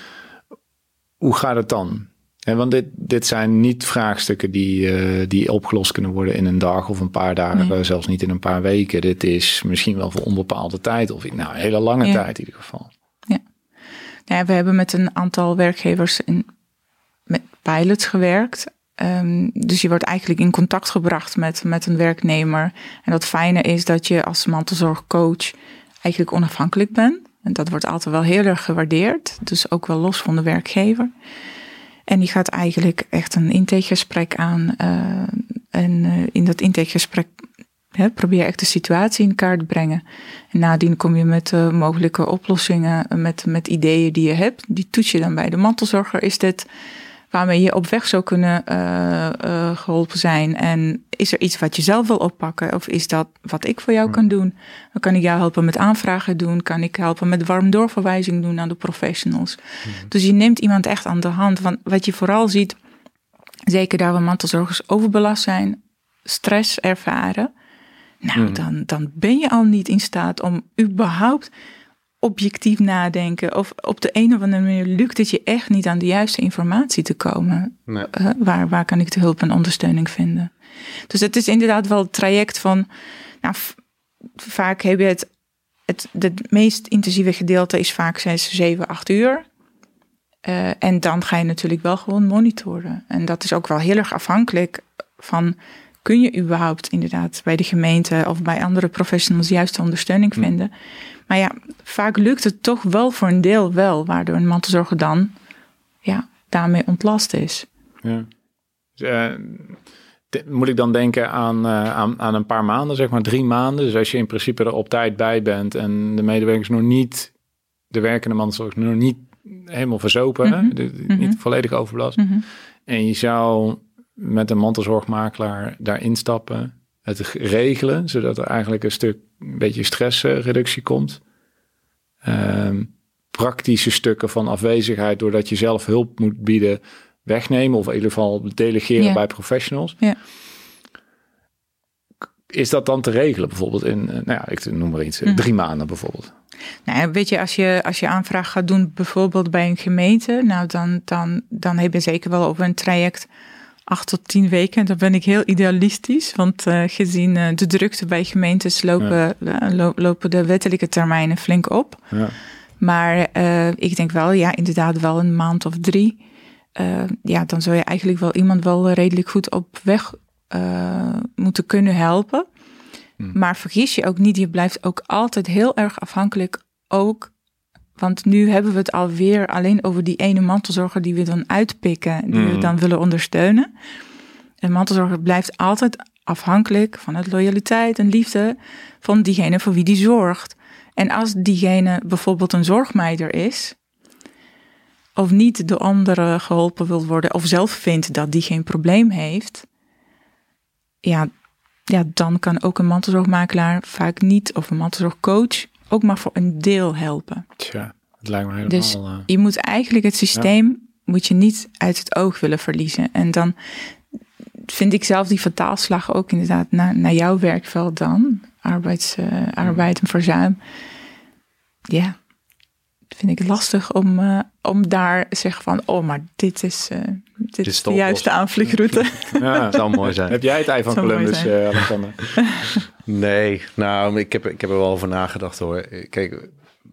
Hoe gaat het dan? En want dit, dit zijn niet vraagstukken die, uh, die opgelost kunnen worden in een dag of een paar dagen, nee. zelfs niet in een paar weken. Dit is misschien wel voor onbepaalde tijd of nou, een hele lange ja. tijd in ieder geval. Ja. Ja, we hebben met een aantal werkgevers in, met pilots gewerkt. Um, dus je wordt eigenlijk in contact gebracht met, met een werknemer. En dat fijne is dat je als mantelzorgcoach eigenlijk onafhankelijk bent. En dat wordt altijd wel heel erg gewaardeerd. Dus ook wel los van de werkgever. En die gaat eigenlijk echt een intakegesprek aan. Uh, en uh, in dat intakegesprek He, probeer echt de situatie in kaart te brengen. En nadien kom je met uh, mogelijke oplossingen, met, met ideeën die je hebt. Die toets je dan bij de mantelzorger. Is dit waarmee je op weg zou kunnen uh, uh, geholpen zijn? En is er iets wat je zelf wil oppakken? Of is dat wat ik voor jou kan doen? Dan kan ik jou helpen met aanvragen doen. Kan ik helpen met warm doorverwijzing doen aan de professionals. Mm-hmm. Dus je neemt iemand echt aan de hand. Want wat je vooral ziet, zeker daar waar mantelzorgers overbelast zijn, stress ervaren. Nou, mm. dan, dan ben je al niet in staat om überhaupt objectief nadenken. Of op de een of andere manier lukt het je echt niet aan de juiste informatie te komen. Nee. Uh, waar, waar kan ik de hulp en ondersteuning vinden? Dus het is inderdaad wel het traject van, nou, v- vaak heb je het, het, het meest intensieve gedeelte is vaak zes, zeven, acht uur. Uh, en dan ga je natuurlijk wel gewoon monitoren. En dat is ook wel heel erg afhankelijk van, kun je überhaupt inderdaad bij de gemeente of bij andere professionals juiste ondersteuning vinden? Mm. Maar ja, vaak lukt het toch wel voor een deel wel, waardoor een mantelzorger dan ja, daarmee ontlast is. Ja. Dus, uh, t- moet ik dan denken aan, uh, aan, aan een paar maanden, zeg maar drie maanden. Dus als je in principe er op tijd bij bent en de medewerkers nog niet, de werkende mantelzorgers nog niet helemaal verzopen, mm-hmm. de, de, mm-hmm. niet volledig overbelast. Mm-hmm. En je zou met een mantelzorgmakelaar daar instappen, het regelen, zodat er eigenlijk een stuk, een beetje stressreductie komt. Um, praktische stukken van afwezigheid, doordat je zelf hulp moet bieden, wegnemen of in ieder geval delegeren ja. bij professionals. Ja. Is dat dan te regelen bijvoorbeeld in, nou ja, ik noem maar iets, mm. drie maanden bijvoorbeeld? Nou, weet je, als je, als je aanvraag gaat doen bijvoorbeeld bij een gemeente, nou dan, dan, dan heb je zeker wel over een traject acht tot tien weken. Dan ben ik heel idealistisch, want uh, gezien uh, de drukte bij gemeentes lopen, ja. uh, lopen de wettelijke termijnen flink op. Ja. Maar uh, ik denk wel, ja, inderdaad wel een maand of drie. Uh, ja, dan zou je eigenlijk wel iemand wel redelijk goed op weg uh, moeten kunnen helpen. Hmm. Maar vergis je ook niet, je blijft ook altijd heel erg afhankelijk ook. Want nu hebben we het alweer alleen over die ene mantelzorger die we dan uitpikken, die hmm. we dan willen ondersteunen. Een mantelzorger blijft altijd afhankelijk van het loyaliteit en liefde van diegene voor wie die zorgt. En als diegene bijvoorbeeld een zorgmeider is, of niet door anderen geholpen wil worden, of zelf vindt dat die geen probleem heeft, ja, ja, dan kan ook een mantelzorgmakelaar vaak niet, of een mantelzorgcoach, ook maar voor een deel helpen. Tja, het lijkt me helemaal... Dus uh... je moet eigenlijk het systeem, ja. moet je niet uit het oog willen verliezen. En dan vind ik zelf die vertaalslag ook inderdaad naar, naar jouw werkveld dan, arbeids, uh, arbeid en verzuim. Ja, vind ik lastig om, uh, om daar te zeggen van, oh, maar dit is, uh, dit dit is de juiste aanvliegroute. Ja, dat zou mooi zijn. Heb jij het ei van Columbus, uh, Alexander? Nee, nou, ik heb, ik heb er wel over nagedacht hoor. Kijk,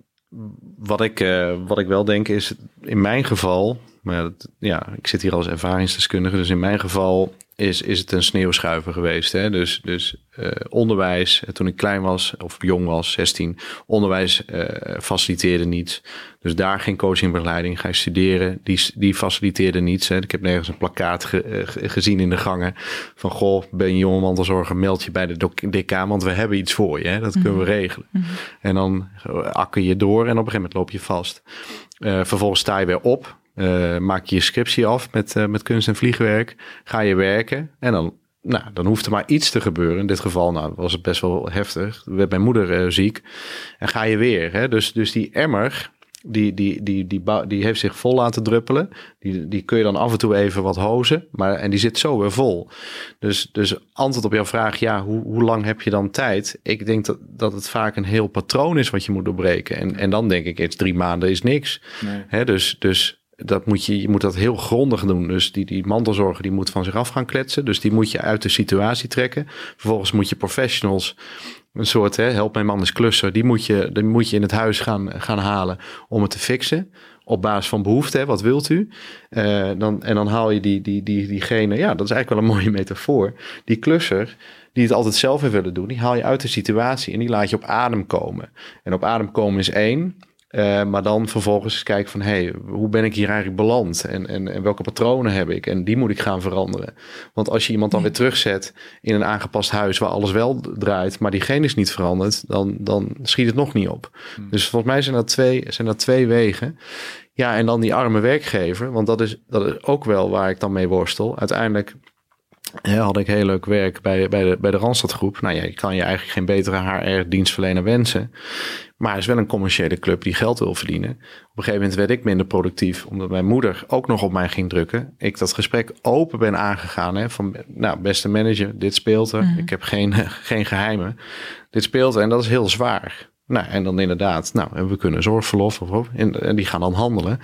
wat ik, uh, wat ik wel denk is, in mijn geval, maar dat, ja, ik zit hier als ervaringsdeskundige, dus in mijn geval is, is het een sneeuwschuiver geweest. Hè? Dus, dus uh, onderwijs, toen ik klein was, of jong was, zestien, onderwijs uh, faciliteerde niets. Dus daar geen coachingbegeleiding. Ga je studeren, die, die faciliteerde niets. Hè? Ik heb nergens een plakkaat ge, uh, gezien in de gangen van, goh, ben je jonge mantelzorger, meld je bij de D K, want we hebben iets voor je. Hè? Dat kunnen we regelen. Mm-hmm. En dan akker je door en op een gegeven moment loop je vast. Uh, vervolgens sta je weer op. Uh, maak je je scriptie af met, uh, met kunst en vliegwerk. Ga je werken en dan, nou, dan hoeft er maar iets te gebeuren. In dit geval nou, was het best wel heftig. Werd mijn moeder uh, ziek. En ga je weer. Hè? Dus, dus die emmer, die, die, die, die, die, die heeft zich vol laten druppelen. Die, die kun je dan af en toe even wat hozen. Maar, en die zit zo weer vol. Dus, dus antwoord op jouw vraag, ja, hoe, hoe lang heb je dan tijd? Ik denk dat, dat het vaak een heel patroon is wat je moet doorbreken. En, en dan denk ik, it's drie maanden is niks. Nee. Hè? Dus... dus Dat moet je, je moet dat heel grondig doen. Dus die, die mantelzorger die moet van zich af gaan kletsen. Dus die moet je uit de situatie trekken. Vervolgens moet je professionals, een soort, hè, help mijn man is klusser. Die moet je, die moet je in het huis gaan, gaan halen om het te fixen. Op basis van behoefte, hè, wat wilt u? Uh, dan, en dan haal je die, die, die, diegene, ja, dat is eigenlijk wel een mooie metafoor. Die klusser, die het altijd zelf heeft willen doen, die haal je uit de situatie en die laat je op adem komen. En op adem komen is één. Uh, maar dan vervolgens kijken van, hé, hey, hoe ben ik hier eigenlijk beland? En, en, en welke patronen heb ik? En die moet ik gaan veranderen. Want als je iemand dan weer terugzet in een aangepast huis waar alles wel draait, maar diegene is niet veranderd, dan, dan schiet het nog niet op. Hmm. Dus volgens mij zijn dat twee, zijn dat twee wegen. Ja, en dan die arme werkgever, want dat is, dat is ook wel waar ik dan mee worstel. Uiteindelijk ja, had ik heel leuk werk bij, bij, de, bij de Randstadgroep. Nou ja, je kan je eigenlijk geen betere H R-dienstverlener wensen. Maar het is wel een commerciële club die geld wil verdienen. Op een gegeven moment werd ik minder productief, omdat mijn moeder ook nog op mij ging drukken. Ik dat gesprek open ben aangegaan. Hè, van, nou, beste manager, dit speelt er. Mm-hmm. Ik heb geen, geen geheimen. Dit speelt er en dat is heel zwaar. Nou, en dan inderdaad, nou, we kunnen zorgverlof of, en, en die gaan dan handelen.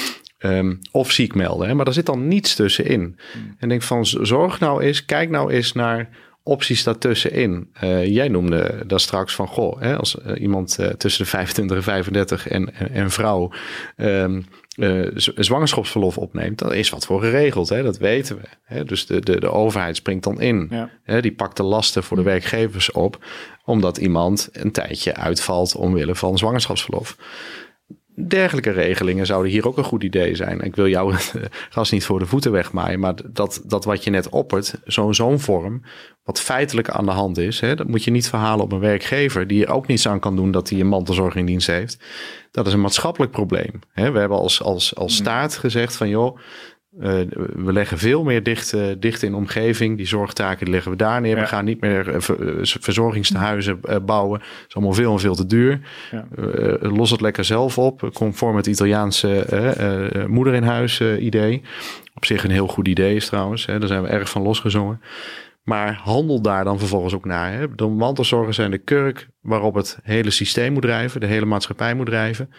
Um, of ziek melden. Hè? Maar daar zit dan niets tussenin. Mm. En denk van, zorg nou eens, kijk nou eens naar opties daartussenin. Uh, jij noemde daar straks van, goh, hè, als uh, iemand uh, tussen de vijfentwintig en vijfendertig en, en, en vrouw um, uh, zwangerschapsverlof opneemt, dan is wat voor geregeld. Hè? Dat weten we. Hè? Dus de, de, de overheid springt dan in. Ja. Hè? Die pakt de lasten voor de werkgevers op, omdat iemand een tijdje uitvalt omwille van zwangerschapsverlof. Dergelijke regelingen zouden hier ook een goed idee zijn. Ik wil jou het gas niet voor de voeten wegmaaien, maar dat, dat wat je net oppert, zo'n zo'n vorm, wat feitelijk aan de hand is, hè, dat moet je niet verhalen op een werkgever die er ook niets aan kan doen dat hij een mantelzorg in dienst heeft. Dat is een maatschappelijk probleem. Hè. We hebben als, als, als staat gezegd van joh, Uh, we leggen veel meer dicht, uh, dicht in de omgeving. Die zorgtaken die leggen we daar neer. Ja. We gaan niet meer uh, ver, verzorgingstehuizen uh, bouwen. Het is allemaal veel en veel te duur. Ja. Uh, los het lekker zelf op. Conform het Italiaanse uh, uh, moeder in huis uh, idee. Op zich een heel goed idee is trouwens. Hè. Daar zijn we erg van losgezongen. Maar handel daar dan vervolgens ook naar. Hè. De mantelzorgers zijn de kurk waarop het hele systeem moet drijven. De hele maatschappij moet drijven.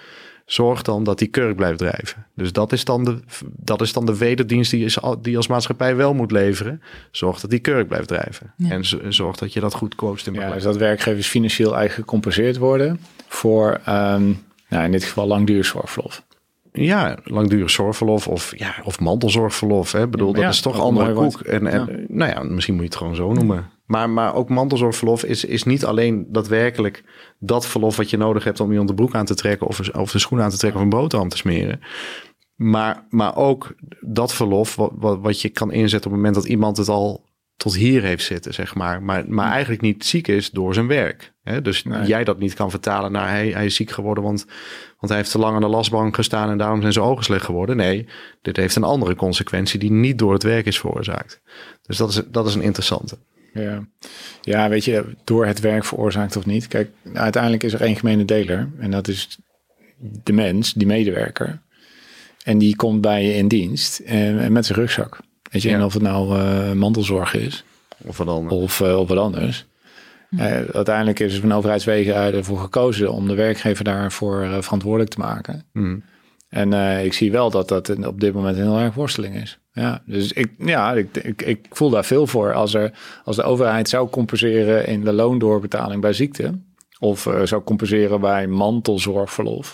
Zorg dan dat die kurk blijft drijven. Dus dat is dan de, dat is dan de wederdienst die, is, die als maatschappij wel moet leveren. Zorg dat die kurk blijft drijven. Ja. En zorg dat je dat goed coacht en ja, dus dat werkgevers financieel eigenlijk gecompenseerd worden voor um, nou, in dit geval langdurig zorgverlof. Ja, langdurig zorgverlof of, ja, of mantelzorgverlof. Hè. Ik bedoel, ja, dat ja, is toch een andere koek. En, en, ja. Nou ja, misschien moet je het gewoon zo noemen. Maar, maar ook mantelzorgverlof is, is niet alleen daadwerkelijk dat verlof wat je nodig hebt om je onderbroek aan te trekken of, of de schoen aan te trekken of een boterham te smeren. Maar, maar ook dat verlof wat, wat, wat je kan inzetten op het moment dat iemand het al tot hier heeft zitten, zeg maar. Maar, maar eigenlijk niet ziek is door zijn werk. Hè? Dus nee. jij dat niet kan vertalen naar hij, hij is ziek geworden, want, want hij heeft te lang aan de lastbank gestaan en daarom zijn zijn ogen slecht geworden. Nee, dit heeft een andere consequentie die niet door het werk is veroorzaakt. Dus dat is, dat is een interessante. Ja. ja, weet je, door het werk veroorzaakt of niet. Kijk, uiteindelijk is er één gemene deler. En dat is de mens, die medewerker. En die komt bij je in dienst en, en met zijn rugzak. Weet je, ja. En of het nou uh, mantelzorg is. Of wat anders. Of, uh, of wat anders. Ja. Uh, uiteindelijk is er van overheidswegen ervoor gekozen om de werkgever daarvoor uh, verantwoordelijk te maken. Mm. En uh, ik zie wel dat dat op dit moment heel erg worsteling is. Ja, dus ik, ja, ik, ik, ik voel daar veel voor. Als, er, als de overheid zou compenseren in de loondoorbetaling bij ziekte. Of uh, zou compenseren bij mantelzorgverlof.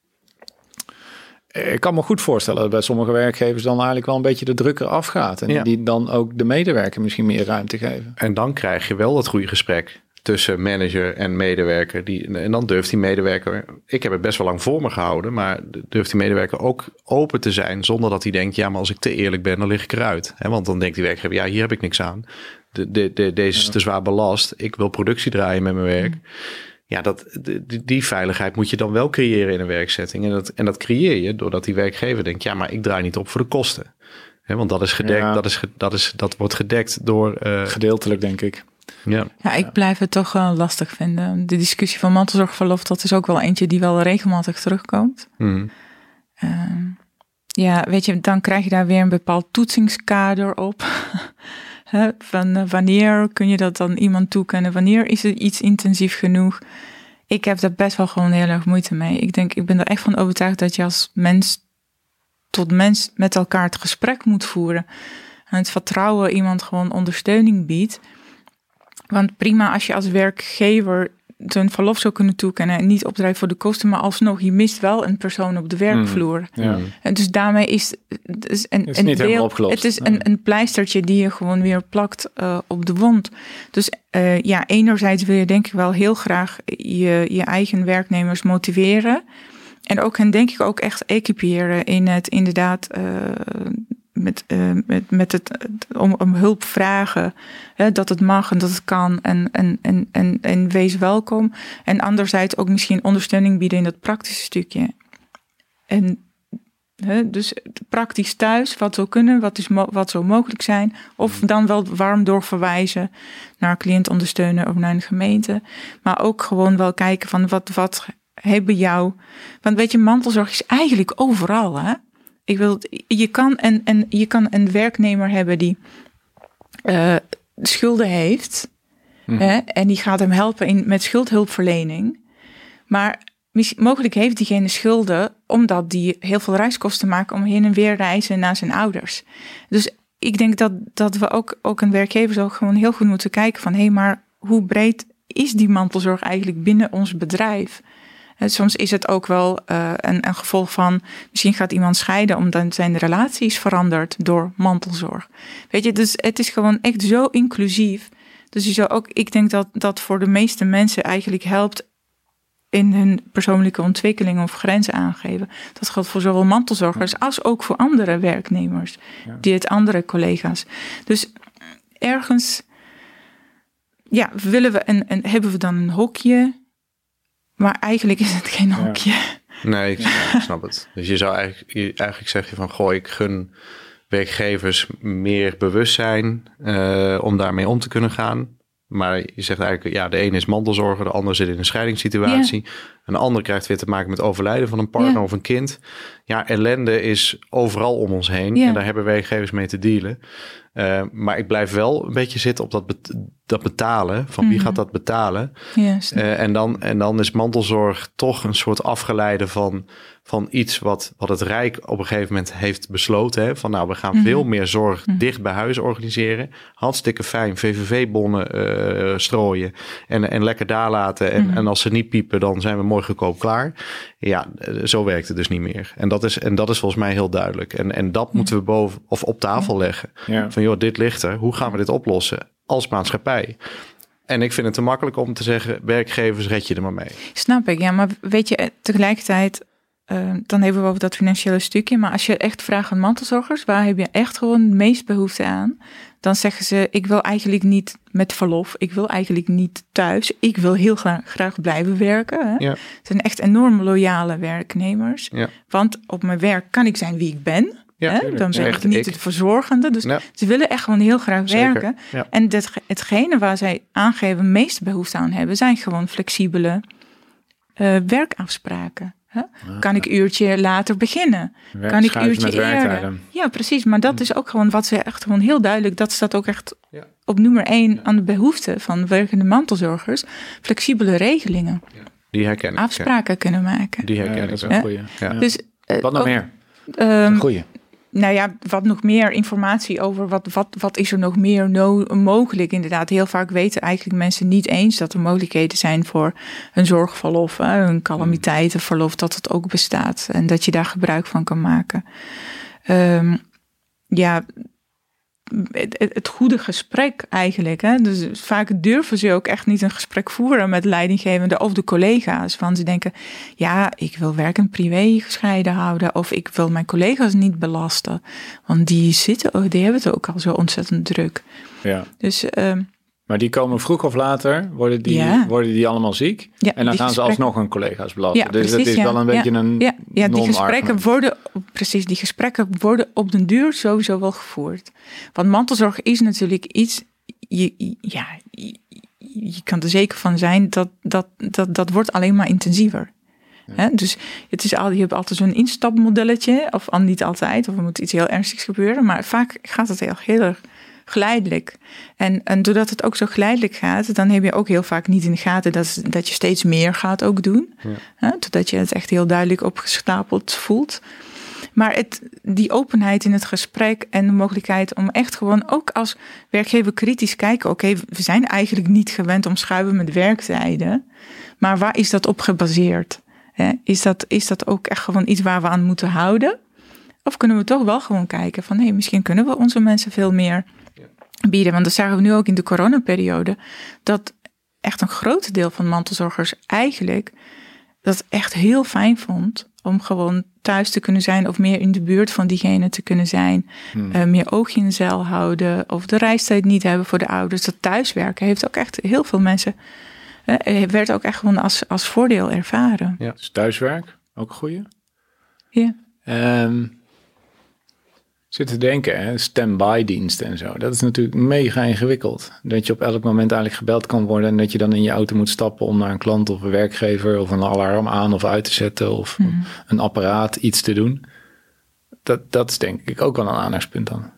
Ik kan me goed voorstellen dat bij sommige werkgevers dan eigenlijk wel een beetje de druk eraf gaat. En ja. die dan ook de medewerker misschien meer ruimte geven. En dan krijg je wel dat goede gesprek tussen manager en medewerker. Die, en dan durft die medewerker, ik heb het best wel lang voor me gehouden, maar durft die medewerker ook open te zijn zonder dat hij denkt, ja, maar als ik te eerlijk ben, dan lig ik eruit. He, want dan denkt die werkgever, ja, hier heb ik niks aan. De, de, de, deze is ja. te zwaar belast. Ik wil productie draaien met mijn werk. Mm. Ja, dat, die, die veiligheid moet je dan wel creëren in een werkzetting. En dat, en dat creëer je doordat die werkgever denkt, ja, maar ik draai niet op voor de kosten. He, want dat is gedekt, ja. dat, is, dat, is, dat wordt gedekt door... Uh, Gedeeltelijk, denk ik. Ja. ja, ik blijf het toch uh, lastig vinden. De discussie van mantelzorgverlof, dat is ook wel eentje die wel regelmatig terugkomt. Mm. Uh, ja, weet je, dan krijg je daar weer een bepaald toetsingskader op. He, van uh, wanneer kun je dat dan iemand toekennen? Wanneer is het iets intensief genoeg? Ik heb daar best wel gewoon heel erg moeite mee. Ik denk, ik ben er echt van overtuigd dat je als mens tot mens met elkaar het gesprek moet voeren. En het vertrouwen iemand gewoon ondersteuning biedt. Want prima als je als werkgever een verlof zou kunnen toekennen en niet opdraait voor de kosten, maar alsnog, je mist wel een persoon op de werkvloer. Mm, ja. En dus daarmee is het is een, het is een niet deel, helemaal opgelost. Het is nee. een, een pleistertje die je gewoon weer plakt uh, op de wond. Dus uh, ja, enerzijds wil je denk ik wel heel graag je, je eigen werknemers motiveren. En ook hen denk ik ook echt equiperen in het inderdaad uh, met, uh, met, met het om, om hulp vragen. Hè, dat het mag en dat het kan. En, en, en, en, en wees welkom. En anderzijds ook misschien ondersteuning bieden in dat praktische stukje. En hè, dus praktisch thuis, wat zou kunnen, wat, is mo- wat zou mogelijk zijn. Of dan wel warm doorverwijzen naar cliëntondersteuner of naar een gemeente. Maar ook gewoon wel kijken van wat, wat hebben jou. Want weet je, mantelzorg is eigenlijk overal, hè? Ik wil, je kan een, een, je kan een werknemer hebben die uh, schulden heeft. Mm. Hè, en die gaat hem helpen in, met schuldhulpverlening. Maar mogelijk heeft diegene schulden omdat die heel veel reiskosten maakt om heen en weer reizen naar zijn ouders. Dus ik denk dat, dat we ook, ook een werkgever zo gewoon heel goed moeten kijken van hé, hey, maar hoe breed is die mantelzorg eigenlijk binnen ons bedrijf? En soms is het ook wel uh, een, een gevolg van, misschien gaat iemand scheiden omdat zijn relatie is veranderd door mantelzorg. Weet je, dus het is gewoon echt zo inclusief. Dus je zou ook, ik denk dat dat voor de meeste mensen eigenlijk helpt in hun persoonlijke ontwikkeling of grenzen aangeven. Dat geldt voor zowel mantelzorgers als ook voor andere werknemers, ja. die het andere collega's. Dus ergens, ja, willen we een, een, hebben we dan een hokje? Maar eigenlijk is het geen hokje. Ja. Nee, ik, ja, ik snap het. Dus je zou eigenlijk, je, eigenlijk zeg je van, goh, ik gun werkgevers meer bewustzijn uh, om daarmee om te kunnen gaan. Maar je zegt eigenlijk, ja, de ene is mantelzorger, de ander zit in een scheidingssituatie. Ja. Een ander krijgt weer te maken met overlijden van een partner ja. of een kind. Ja, ellende is overal om ons heen. Ja. En daar hebben werkgevers mee te dealen. Uh, maar ik blijf wel een beetje zitten op dat, bet- dat betalen. Van wie mm-hmm. gaat dat betalen? Yes. Uh, en, dan, en dan is mantelzorg toch een soort afgeleide van, van iets wat, wat het Rijk op een gegeven moment heeft besloten. Hè? Van nou, we gaan mm-hmm. veel meer zorg mm-hmm. dicht bij huis organiseren. Hartstikke fijn, V V V-bonnen uh, strooien en, en lekker daar laten. En, mm-hmm. en als ze niet piepen, dan zijn we mooi goedkoop klaar. Ja, zo werkt het dus niet meer. En dat is, en dat is volgens mij heel duidelijk. En, en dat ja. moeten we boven of op tafel ja. leggen. Ja. Van joh, dit ligt er. Hoe gaan we dit oplossen als maatschappij? En ik vind het te makkelijk om te zeggen, werkgevers, red je er maar mee. Snap ik, ja. Maar weet je, tegelijkertijd, uh, dan hebben we over dat financiële stukje. Maar als je echt vraagt aan mantelzorgers, waar heb je echt gewoon het meest behoefte aan? Dan zeggen ze, ik wil eigenlijk niet met verlof. Ik wil eigenlijk niet thuis. Ik wil heel graag, graag blijven werken. Hè? Ja. Het zijn echt enorm loyale werknemers. Ja. Want op mijn werk kan ik zijn wie ik ben. Ja, hè? Dan ben ik niet ik. het verzorgende. Dus ja. ze willen echt gewoon heel graag Zeker. werken. Ja. En dat, hetgene waar zij aangeven meeste behoefte aan hebben, zijn gewoon flexibele uh, werkafspraken. Hè? Ah, kan ik een uurtje later beginnen? Werk, kan ik een uurtje eerder? Ja, precies. Maar dat is ook gewoon wat ze echt gewoon heel duidelijk, dat staat ook echt ja. op nummer één ja. aan de behoeften van werkende mantelzorgers. Flexibele regelingen. Ja. Die herken ik. Afspraken ja. kunnen maken. Die herken ja, ik. Dat is een goeie. Ja. Dus, uh, wat nog ook, meer? Um, een goeie. Nou ja, wat nog meer informatie over wat, wat, wat is er nog meer no- mogelijk. Inderdaad, heel vaak weten eigenlijk mensen niet eens dat er mogelijkheden zijn voor een zorgverlof, hè, een calamiteitenverlof, dat het ook bestaat en dat je daar gebruik van kan maken. Um, ja, het, het goede gesprek eigenlijk. Hè? Dus vaak durven ze ook echt niet een gesprek voeren met leidinggevenden of de collega's. Want ze denken, ja, ik wil werk en privé gescheiden houden. Of ik wil mijn collega's niet belasten. Want die zitten, die hebben het ook al zo ontzettend druk. Ja. Dus, um, maar die komen vroeg of later, worden die, ja. worden die allemaal ziek. Ja, en dan gaan ze alsnog hun collega's belasten. Ja, dus precies, het is ja. wel een beetje ja. een Ja, ja die gesprekken worden, precies, die gesprekken worden op den duur sowieso wel gevoerd. Want mantelzorg is natuurlijk iets, je, ja, je, je kan er zeker van zijn dat dat, dat, dat wordt alleen maar intensiever. Ja. He, dus het is al, je hebt altijd zo'n instapmodelletje, of al niet altijd, of er moet iets heel ernstigs gebeuren. Maar vaak gaat het heel, heel erg geleidelijk. En, en doordat het ook zo geleidelijk gaat, dan heb je ook heel vaak niet in de gaten dat, dat je steeds meer gaat ook doen. Ja. Hè, totdat je het echt heel duidelijk opgestapeld voelt. Maar het, die openheid in het gesprek en de mogelijkheid om echt gewoon ook als werkgever kritisch kijken. Oké, okay, we zijn eigenlijk niet gewend om schuiven met werktijden. Maar waar is dat op gebaseerd? Hè, is dat, is dat ook echt gewoon iets waar we aan moeten houden? Of kunnen we toch wel gewoon kijken van, hé, hey, misschien kunnen we onze mensen veel meer bieden. Want dat zagen we nu ook in de coronaperiode, dat echt een groot deel van mantelzorgers eigenlijk dat echt heel fijn vond om gewoon thuis te kunnen zijn of meer in de buurt van diegene te kunnen zijn. Hmm. Uh, meer oogje in de zeil houden of de reistijd niet hebben voor de ouders. Dat thuiswerken heeft ook echt heel veel mensen, uh, werd ook echt gewoon als, als voordeel ervaren. Ja, dus thuiswerk, ook een goeie. Ja. Um, zit te denken, hè, stand-by diensten en zo. Dat is natuurlijk mega ingewikkeld. Dat je op elk moment eigenlijk gebeld kan worden en dat je dan in je auto moet stappen om naar een klant of een werkgever of een alarm aan of uit te zetten of mm. een apparaat iets te doen. Dat, dat is denk ik ook wel een aandachtspunt dan.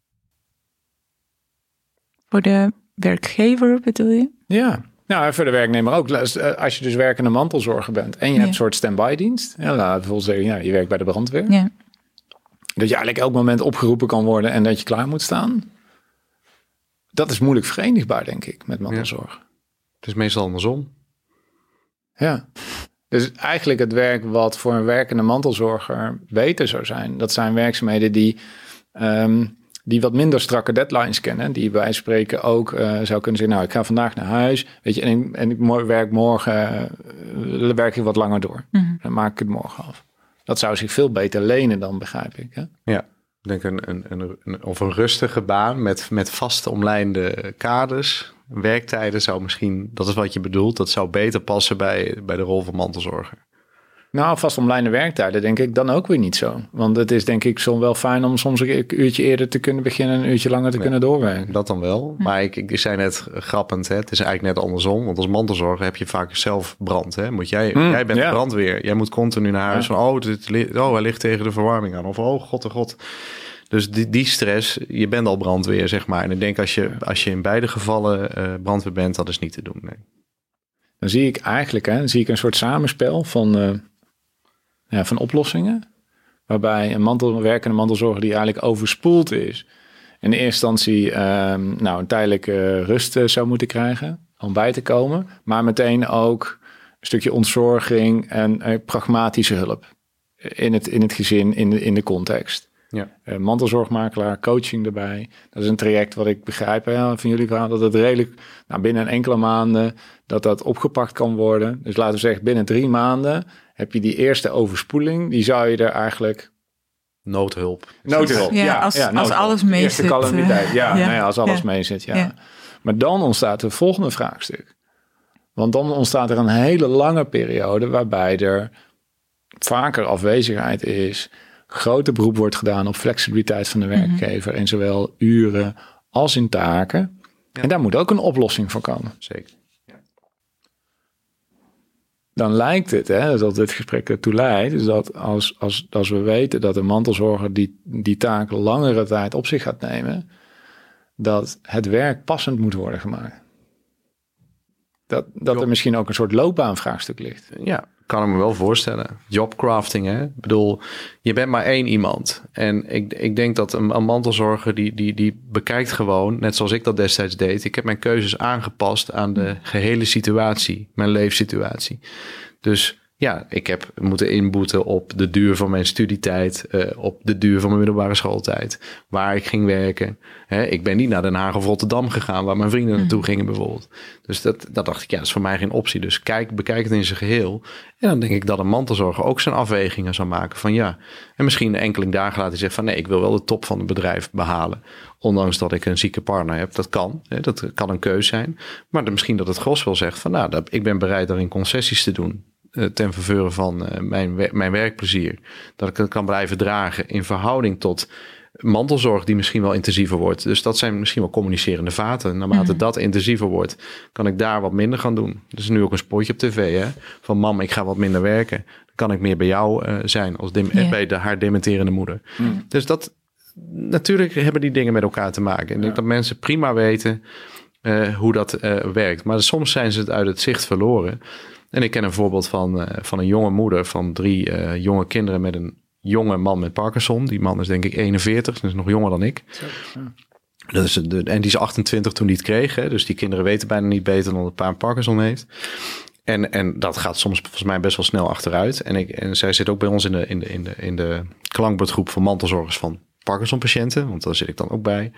Voor de werkgever bedoel je? Ja. Nou, voor de werknemer ook. Als je dus werkende mantelzorger bent en je ja. hebt een soort stand-by dienst. Ja, laten we bijvoorbeeld zeggen, ja, je werkt bij de brandweer. Ja. Dat je eigenlijk elk moment opgeroepen kan worden en dat je klaar moet staan. Dat is moeilijk verenigbaar, denk ik, met mantelzorg. Ja. Het is meestal andersom. Ja. Dus eigenlijk het werk wat voor een werkende mantelzorger beter zou zijn, dat zijn werkzaamheden die, um, die wat minder strakke deadlines kennen. Die bij wijze van spreken ook uh, zou kunnen zeggen, nou, ik ga vandaag naar huis, weet je, en ik, en ik werk morgen, uh, werk ik wat langer door. Mm-hmm. Dan maak ik het morgen af. Dat zou zich veel beter lenen dan, begrijp ik. Hè? Ja, ik denk een, een, een, een, of een rustige baan met, met vast omlijnde kaders. Werktijden zou misschien, dat is wat je bedoelt, dat zou beter passen bij, bij de rol van mantelzorger. Nou, vast omlijnde werktijden denk ik dan ook weer niet zo. Want het is denk ik soms wel fijn om soms een uurtje eerder te kunnen beginnen en een uurtje langer te ja, kunnen doorwerken. Dat dan wel. Maar ik, ik zei net grappend, hè, het is eigenlijk net andersom. Want als mantelzorger heb je vaak zelf brand. Hè. Moet jij, mm, jij bent ja. brandweer. Jij moet continu naar huis ja. van, oh, dit, oh, hij ligt tegen de verwarming aan. Of, oh, god, oh god. Dus die, die stress, je bent al brandweer, zeg maar. En ik denk als je, als je in beide gevallen uh, brandweer bent, dat is niet te doen. Nee. Dan zie ik eigenlijk, hè, dan zie ik een soort samenspel van, uh, ja, van oplossingen. Waarbij een mantel, werkende mantelzorger die eigenlijk overspoeld is. In eerste instantie uh, nou, een tijdelijke rust uh, zou moeten krijgen om bij te komen. Maar meteen ook een stukje ontzorging en uh, pragmatische hulp. In het, in het gezin, in de, in de context. Ja. Uh, mantelzorgmakelaar, coaching erbij. Dat is een traject wat ik begrijp hè, van jullie verhaal. Dat het redelijk nou, binnen enkele maanden dat dat opgepakt kan worden. Dus laten we zeggen binnen drie maanden heb je die eerste overspoeling. Die zou je er eigenlijk... Noodhulp. Noodhulp, ja. ja als, ja, noodhulp. als alles mee Eerste zit. calamiteit, ja, ja. Nou ja, als alles ja. mee zit, ja. ja. Maar dan ontstaat het volgende vraagstuk. Want dan ontstaat er een hele lange periode waarbij er vaker afwezigheid is, grote beroep wordt gedaan op flexibiliteit van de werkgever mm-hmm. in zowel uren als in taken. Ja. En daar moet ook een oplossing voor komen. Zeker. Ja. Dan lijkt het, hè, dat dit gesprek ertoe leidt, is dat als, als, als we weten dat een mantelzorger die, die taak langere tijd op zich gaat nemen, dat het werk passend moet worden gemaakt. Dat, dat er misschien ook een soort loopbaanvraagstuk ligt. Ja, kan ik me wel voorstellen. Jobcrafting, hè? Ik bedoel, je bent maar één iemand. En ik, ik denk dat een, een mantelzorger die, die, die bekijkt gewoon, net zoals ik dat destijds deed. Ik heb mijn keuzes aangepast aan de gehele situatie, mijn leefsituatie. Dus ja, ik heb moeten inboeten op de duur van mijn studietijd, uh, op de duur van mijn middelbare schooltijd, waar ik ging werken. Hè, ik ben niet naar Den Haag of Rotterdam gegaan, waar mijn vrienden naartoe gingen bijvoorbeeld. Dus dat, dat dacht ik, ja, dat is voor mij geen optie. Dus kijk, bekijk het in zijn geheel. En dan denk ik dat een mantelzorger ook zijn afwegingen zou maken van ja. En misschien een enkeling dagen later zegt van nee, ik wil wel de top van het bedrijf behalen. Ondanks dat ik een zieke partner heb. Dat kan. Hè, dat kan een keus zijn. Maar dan misschien dat het gros wel zegt van nou, dat, ik ben bereid daarin concessies te doen. Ten verveuren van uh, mijn, mijn werkplezier. Dat ik het kan blijven dragen in verhouding tot mantelzorg die misschien wel intensiever wordt. Dus dat zijn misschien wel communicerende vaten. Naarmate mm-hmm. dat intensiever wordt, kan ik daar wat minder gaan doen. Er is nu ook een spotje op tv, hè? Van mam, ik ga wat minder werken. Dan kan ik meer bij jou uh, zijn als dem- yeah. bij de, haar dementerende moeder. Mm. Dus dat, natuurlijk hebben die dingen met elkaar te maken. En ik denk dat mensen prima weten uh, hoe dat uh, werkt. Maar soms zijn ze het uit het zicht verloren. En ik ken een voorbeeld van, uh, van een jonge moeder van drie uh, jonge kinderen met een jonge man met Parkinson. Die man is denk ik eenenveertig, dus nog jonger dan ik. Zo, ja. Dat is de, en die is achtentwintig toen die het kreeg. Hè? Dus die kinderen weten bijna niet beter dan dat pa Parkinson heeft. En, en dat gaat soms volgens mij best wel snel achteruit. En, ik, en zij zit ook bij ons in de, in de, in de, in de klankbordgroep van mantelzorgers van Parkinson-patiënten. Want daar zit ik dan ook bij.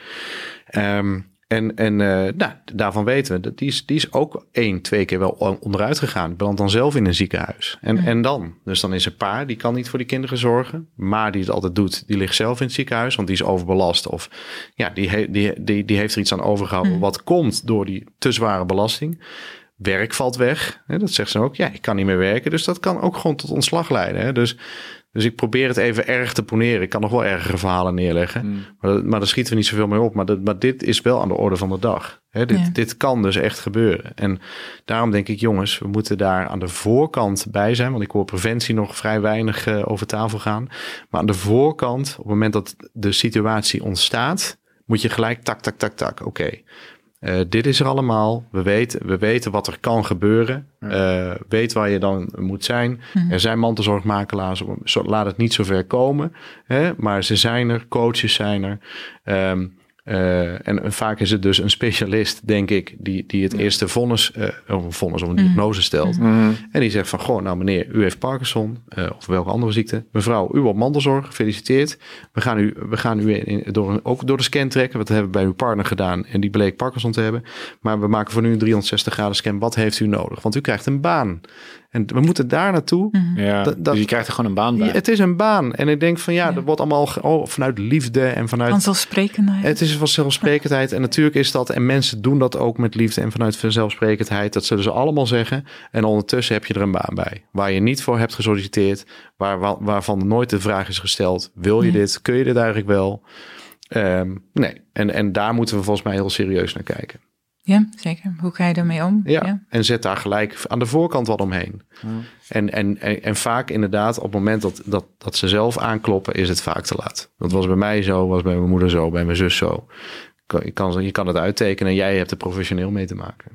Um, En, en uh, nou, daarvan weten we, dat die is, die is ook één, twee keer wel onderuit gegaan. Belandt dan zelf in een ziekenhuis. En, mm. en dan? Dus dan is er pa, die kan niet voor die kinderen zorgen. Maar die het altijd doet, die ligt zelf in het ziekenhuis. Want die is overbelast. Of ja, die, he, die, die, die heeft er iets aan overgehouden. Mm. Wat komt door die te zware belasting. Werk valt weg. Hè, dat zegt ze ook. Ja, ik kan niet meer werken. Dus dat kan ook gewoon tot ontslag leiden. Hè. Dus... Dus ik probeer het even erg te poneren. Ik kan nog wel ergere verhalen neerleggen. Mm. Maar, maar daar schieten we niet zoveel mee op. Maar, dat, maar dit is wel aan de orde van de dag. He, dit, ja. dit kan dus echt gebeuren. En daarom denk ik, jongens, we moeten daar aan de voorkant bij zijn. Want ik hoor preventie nog vrij weinig uh, over tafel gaan. Maar aan de voorkant, op het moment dat de situatie ontstaat, moet je gelijk tak, tak, tak, tak. Oké. Okay. Uh, dit is er allemaal. We weten, we weten wat er kan gebeuren. Uh, weet waar je dan moet zijn. Mm-hmm. Er zijn mantelzorgmakelaars. Laat het niet zover komen. Hè? Maar ze zijn er. Coaches zijn er. Um, uh, en vaak is het dus een specialist, denk ik, die, die het ja. eerste vonnis, uh, of een vonnis of een diagnose mm-hmm. stelt. Mm-hmm. En die zegt van, goh, nou meneer, u heeft Parkinson, uh, of welke andere ziekte. Mevrouw, u wordt mantelzorg, gefeliciteerd. We gaan u, we gaan u in, in, door, ook door de scan trekken. Wat hebben we bij uw partner gedaan en die bleek Parkinson te hebben. Maar we maken voor nu een driehonderdzestig graden scan. Wat heeft u nodig? Want u krijgt een baan. En we moeten daar naartoe. Mm-hmm. Ja, dat, dus je krijgt er gewoon een baan bij. Ja, het is een baan. En ik denk van ja, ja. dat wordt allemaal oh, vanuit liefde en vanuit... Vanzelfsprekendheid. Het is vanzelfsprekendheid. En natuurlijk is dat... En mensen doen dat ook met liefde en vanuit vanzelfsprekendheid. Dat zullen ze allemaal zeggen. En ondertussen heb je er een baan bij. Waar je niet voor hebt gesolliciteerd. Waar, waarvan nooit de vraag is gesteld. Wil je nee. dit? Kun je dit eigenlijk wel? Um, nee. En, en daar moeten we volgens mij heel serieus naar kijken. Ja, zeker. Hoe ga je daarmee om? Ja, ja. En zet daar gelijk aan de voorkant wat omheen. Ja. En, en, en, en vaak inderdaad, op het moment dat, dat, dat ze zelf aankloppen, is het vaak te laat. Dat was bij mij zo, was bij mijn moeder zo, bij mijn zus zo. Je kan, je kan het uittekenen en jij hebt er professioneel mee te maken.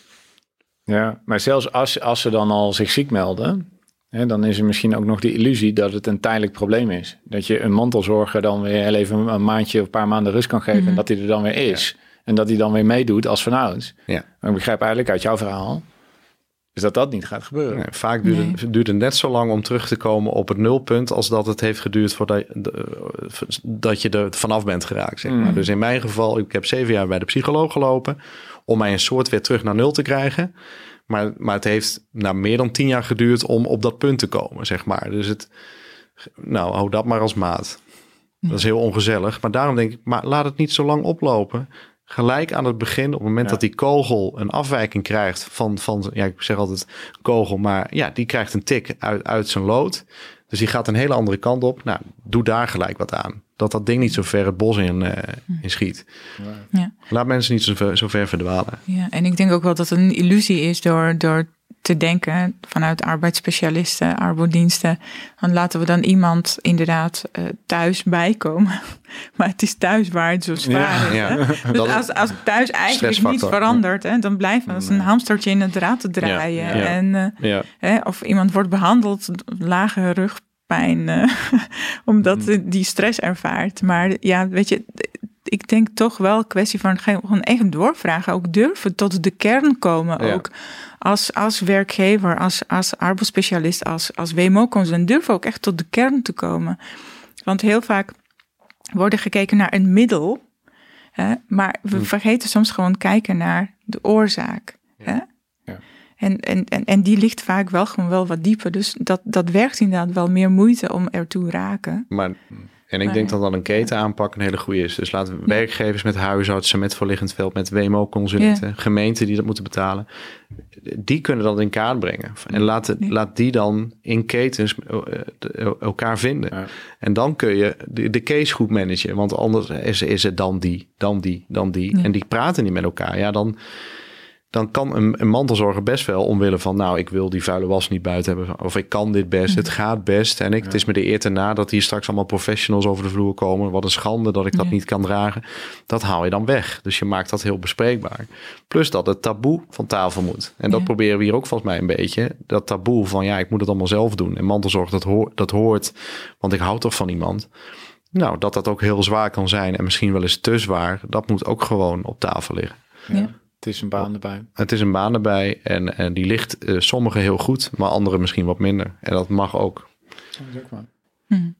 Ja, maar zelfs als, als ze dan al zich ziek melden, hè, dan is er misschien ook nog die illusie dat het een tijdelijk probleem is. Dat je een mantelzorger dan weer heel even een maandje of een paar maanden rust kan geven mm-hmm. en dat hij er dan weer is. Ja. En dat hij dan weer meedoet als vanouds. Ja. Maar ik begrijp eigenlijk uit jouw verhaal is dat dat niet gaat gebeuren. Nee, vaak duurt, nee. het, duurt het net zo lang om terug te komen op het nulpunt als dat het heeft geduurd voordat dat je er vanaf bent geraakt. Zeg maar. Mm. Dus in mijn geval, ik heb zeven jaar bij de psycholoog gelopen om mij een soort weer terug naar nul te krijgen. Maar, maar het heeft nou, meer dan tien jaar geduurd om op dat punt te komen, zeg maar. Dus het, nou, hou dat maar als maat. Dat is heel ongezellig. Maar daarom denk ik, maar laat het niet zo lang oplopen. Gelijk aan het begin, op het moment ja. dat die kogel een afwijking krijgt van, van, ja, ik zeg altijd kogel, maar ja, die krijgt een tik uit, uit zijn lood. Dus die gaat een hele andere kant op. Nou, doe daar gelijk wat aan. Dat dat ding niet zo ver het bos in, uh, in schiet. Ja. Laat mensen niet zo ver, zo ver verdwalen. Ja, en ik denk ook wel dat het een illusie is door, door te denken vanuit arbeidsspecialisten, arbodiensten. Dan laten we dan iemand inderdaad uh, thuis bijkomen. Maar het is thuis waar het zo zwaar is. Ja, ja. Hè? Dus als, als thuis eigenlijk niets verandert, hè, dan blijven we als een hamstertje in het draad te draaien. Ja, ja. En, uh, ja. hè, of iemand wordt behandeld, lage rugpijn, uh, omdat mm. die stress ervaart. Maar ja, weet je, ik denk toch wel een kwestie van gewoon echt doorvragen. Ook durven tot de kern komen. Ja. Ook als, als werkgever, als, als arbeidsspecialist, als, als W M O-consulent. Durven ook echt tot de kern te komen. Want heel vaak wordt gekeken naar een middel. Hè, maar we hm. vergeten soms gewoon kijken naar de oorzaak. Ja. Hè? Ja. En, en, en, en die ligt vaak wel gewoon wel wat dieper. Dus dat, dat werkt inderdaad wel meer moeite om ertoe te raken. Maar... En ik maar, denk dat dan een ketenaanpak een hele goede is. Dus laten we ja. werkgevers met huisartsen, met voorliggend veld, met W M O-consulenten, ja. gemeenten die dat moeten betalen. Die kunnen dat in kaart brengen. En laat, ja. laat die dan in ketens elkaar vinden. Ja. En dan kun je de, de case goed managen. Want anders is, is het dan die, dan die, dan die. Ja. En die praten niet met elkaar. Ja, dan... dan kan een, een mantelzorger best wel omwille van... nou, ik wil die vuile was niet buiten hebben... of ik kan dit best, het gaat best... en ik, ja. het is me de eer te na dat hier straks allemaal professionals over de vloer komen... wat een schande dat ik dat ja. niet kan dragen. Dat haal je dan weg. Dus je maakt dat heel bespreekbaar. Plus dat het taboe van tafel moet. En dat ja. proberen we hier ook volgens mij een beetje. Dat taboe van, ja, ik moet het allemaal zelf doen. En mantelzorg, dat, hoor, dat hoort... want ik hou toch van iemand... Nou, dat dat ook heel zwaar kan zijn... en misschien wel eens te zwaar... dat moet ook gewoon op tafel liggen. Ja. ja. Het is een baan erbij. Het is een baan erbij en, en die ligt uh, sommige heel goed, maar andere misschien wat minder. En dat mag ook. Dat is ook wel. Hmm.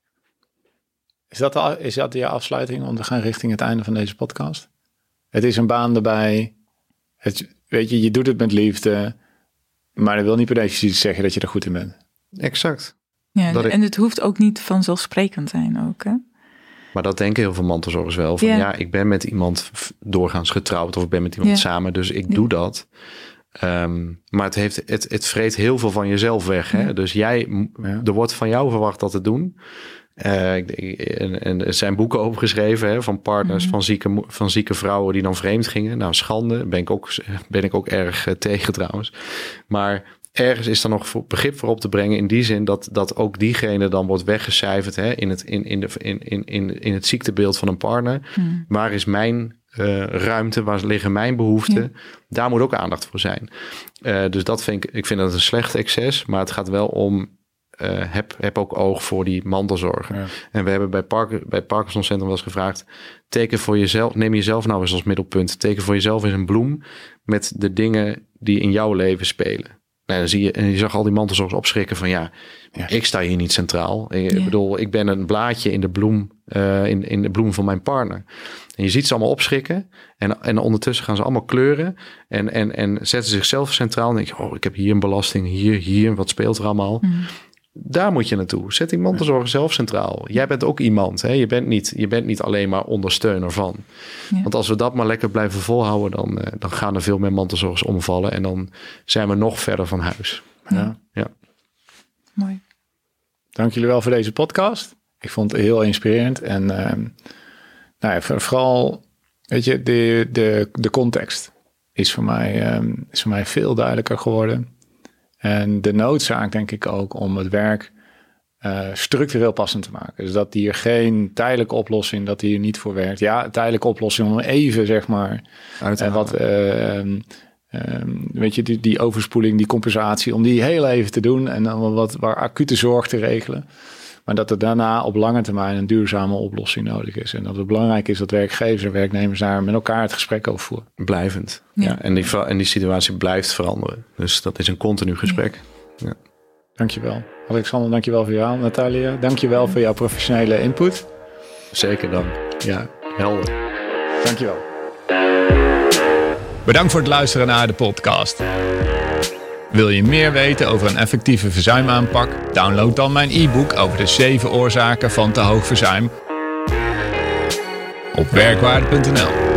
Is dat, de, is dat je afsluiting om te gaan richting het einde van deze podcast? Het is een baan erbij. Het, weet je, je doet het met liefde, maar dat wil niet per definitie zeggen dat je er goed in bent. Exact. Ja, dat en ik... het hoeft ook niet vanzelfsprekend zijn ook, hè? Maar dat denken heel veel mantelzorgers wel. Van yeah. ja, ik ben met iemand doorgaans getrouwd of ik ben met iemand yeah. samen, dus ik yeah. doe dat. Um, maar het, heeft, het, het vreet heel veel van jezelf weg. Hè? Yeah. Dus jij, yeah. er wordt van jou verwacht dat te doen. Uh, en, en er zijn boeken over geschreven hè, van partners mm-hmm. van, zieke, van zieke vrouwen die dan vreemd gingen. Nou, schande, ben ik ook, ben ik ook erg uh, tegen trouwens. Maar... ergens is er nog begrip voor op te brengen in die zin dat, dat ook diegene dan wordt weggecijferd hè, in, het, in, in, de, in, in, in, in het ziektebeeld van een partner. Hmm. Waar is mijn uh, ruimte, waar liggen mijn behoeften? Ja. Daar moet ook aandacht voor zijn. Uh, dus dat vind ik, ik vind dat een slecht excess, maar het gaat wel om, uh, heb, heb ook oog voor die mantelzorger. Ja. En we hebben bij, Park, bij het Parkinson Centrum wel eens gevraagd, teken voor jezelf, neem jezelf nou eens als middelpunt. Teken voor jezelf eens een bloem met de dingen die in jouw leven spelen. Nou, dan zie je, en je zag al die mantelzorgers opschrikken van ja, ja, ik sta hier niet centraal. Ik ja. bedoel, ik ben een blaadje in de bloem, uh, in, in de bloem van mijn partner. En je ziet ze allemaal opschrikken. En, en ondertussen gaan ze allemaal kleuren. En, en, en zetten zichzelf centraal. En denk je, oh, ik heb hier een belasting, hier, hier. Wat speelt er allemaal? Mm. Daar moet je naartoe. Zet die mantelzorger zelf centraal. Jij bent ook iemand. Hè? Je, bent niet, je bent niet alleen maar ondersteuner van. Ja. Want als we dat maar lekker blijven volhouden... Dan, uh, dan gaan er veel meer mantelzorgers omvallen. En dan zijn we nog verder van huis. Ja. Ja. Mooi. Dank jullie wel voor deze podcast. Ik vond het heel inspirerend. En uh, nou ja, vooral Weet je, de, de, de context is voor, mij, um, is voor mij veel duidelijker geworden. En de noodzaak denk ik ook om het werk uh, structureel passend te maken. Dus dat hier geen tijdelijke oplossing, dat hier niet voor werkt. Ja, tijdelijke oplossing om even, zeg maar, en wat, uh, um, um, weet je, die, die overspoeling, die compensatie, om die heel even te doen en dan wat waar acute zorg te regelen. Maar dat er daarna op lange termijn een duurzame oplossing nodig is. En dat het belangrijk is dat werkgevers en werknemers daar met elkaar het gesprek over voeren. Blijvend. Ja. Ja, en, die, en die situatie blijft veranderen. Dus dat is een continu gesprek. Ja. Ja. Dankjewel. Alexander, dankjewel voor jou. Natalia, dankjewel voor jouw professionele input. Zeker dank. Ja, helder. Dankjewel. Bedankt voor het luisteren naar de podcast. Wil je meer weten over een effectieve verzuimaanpak? Download dan mijn e-book over de zeven oorzaken van te hoog verzuim op werkwaarde punt n l.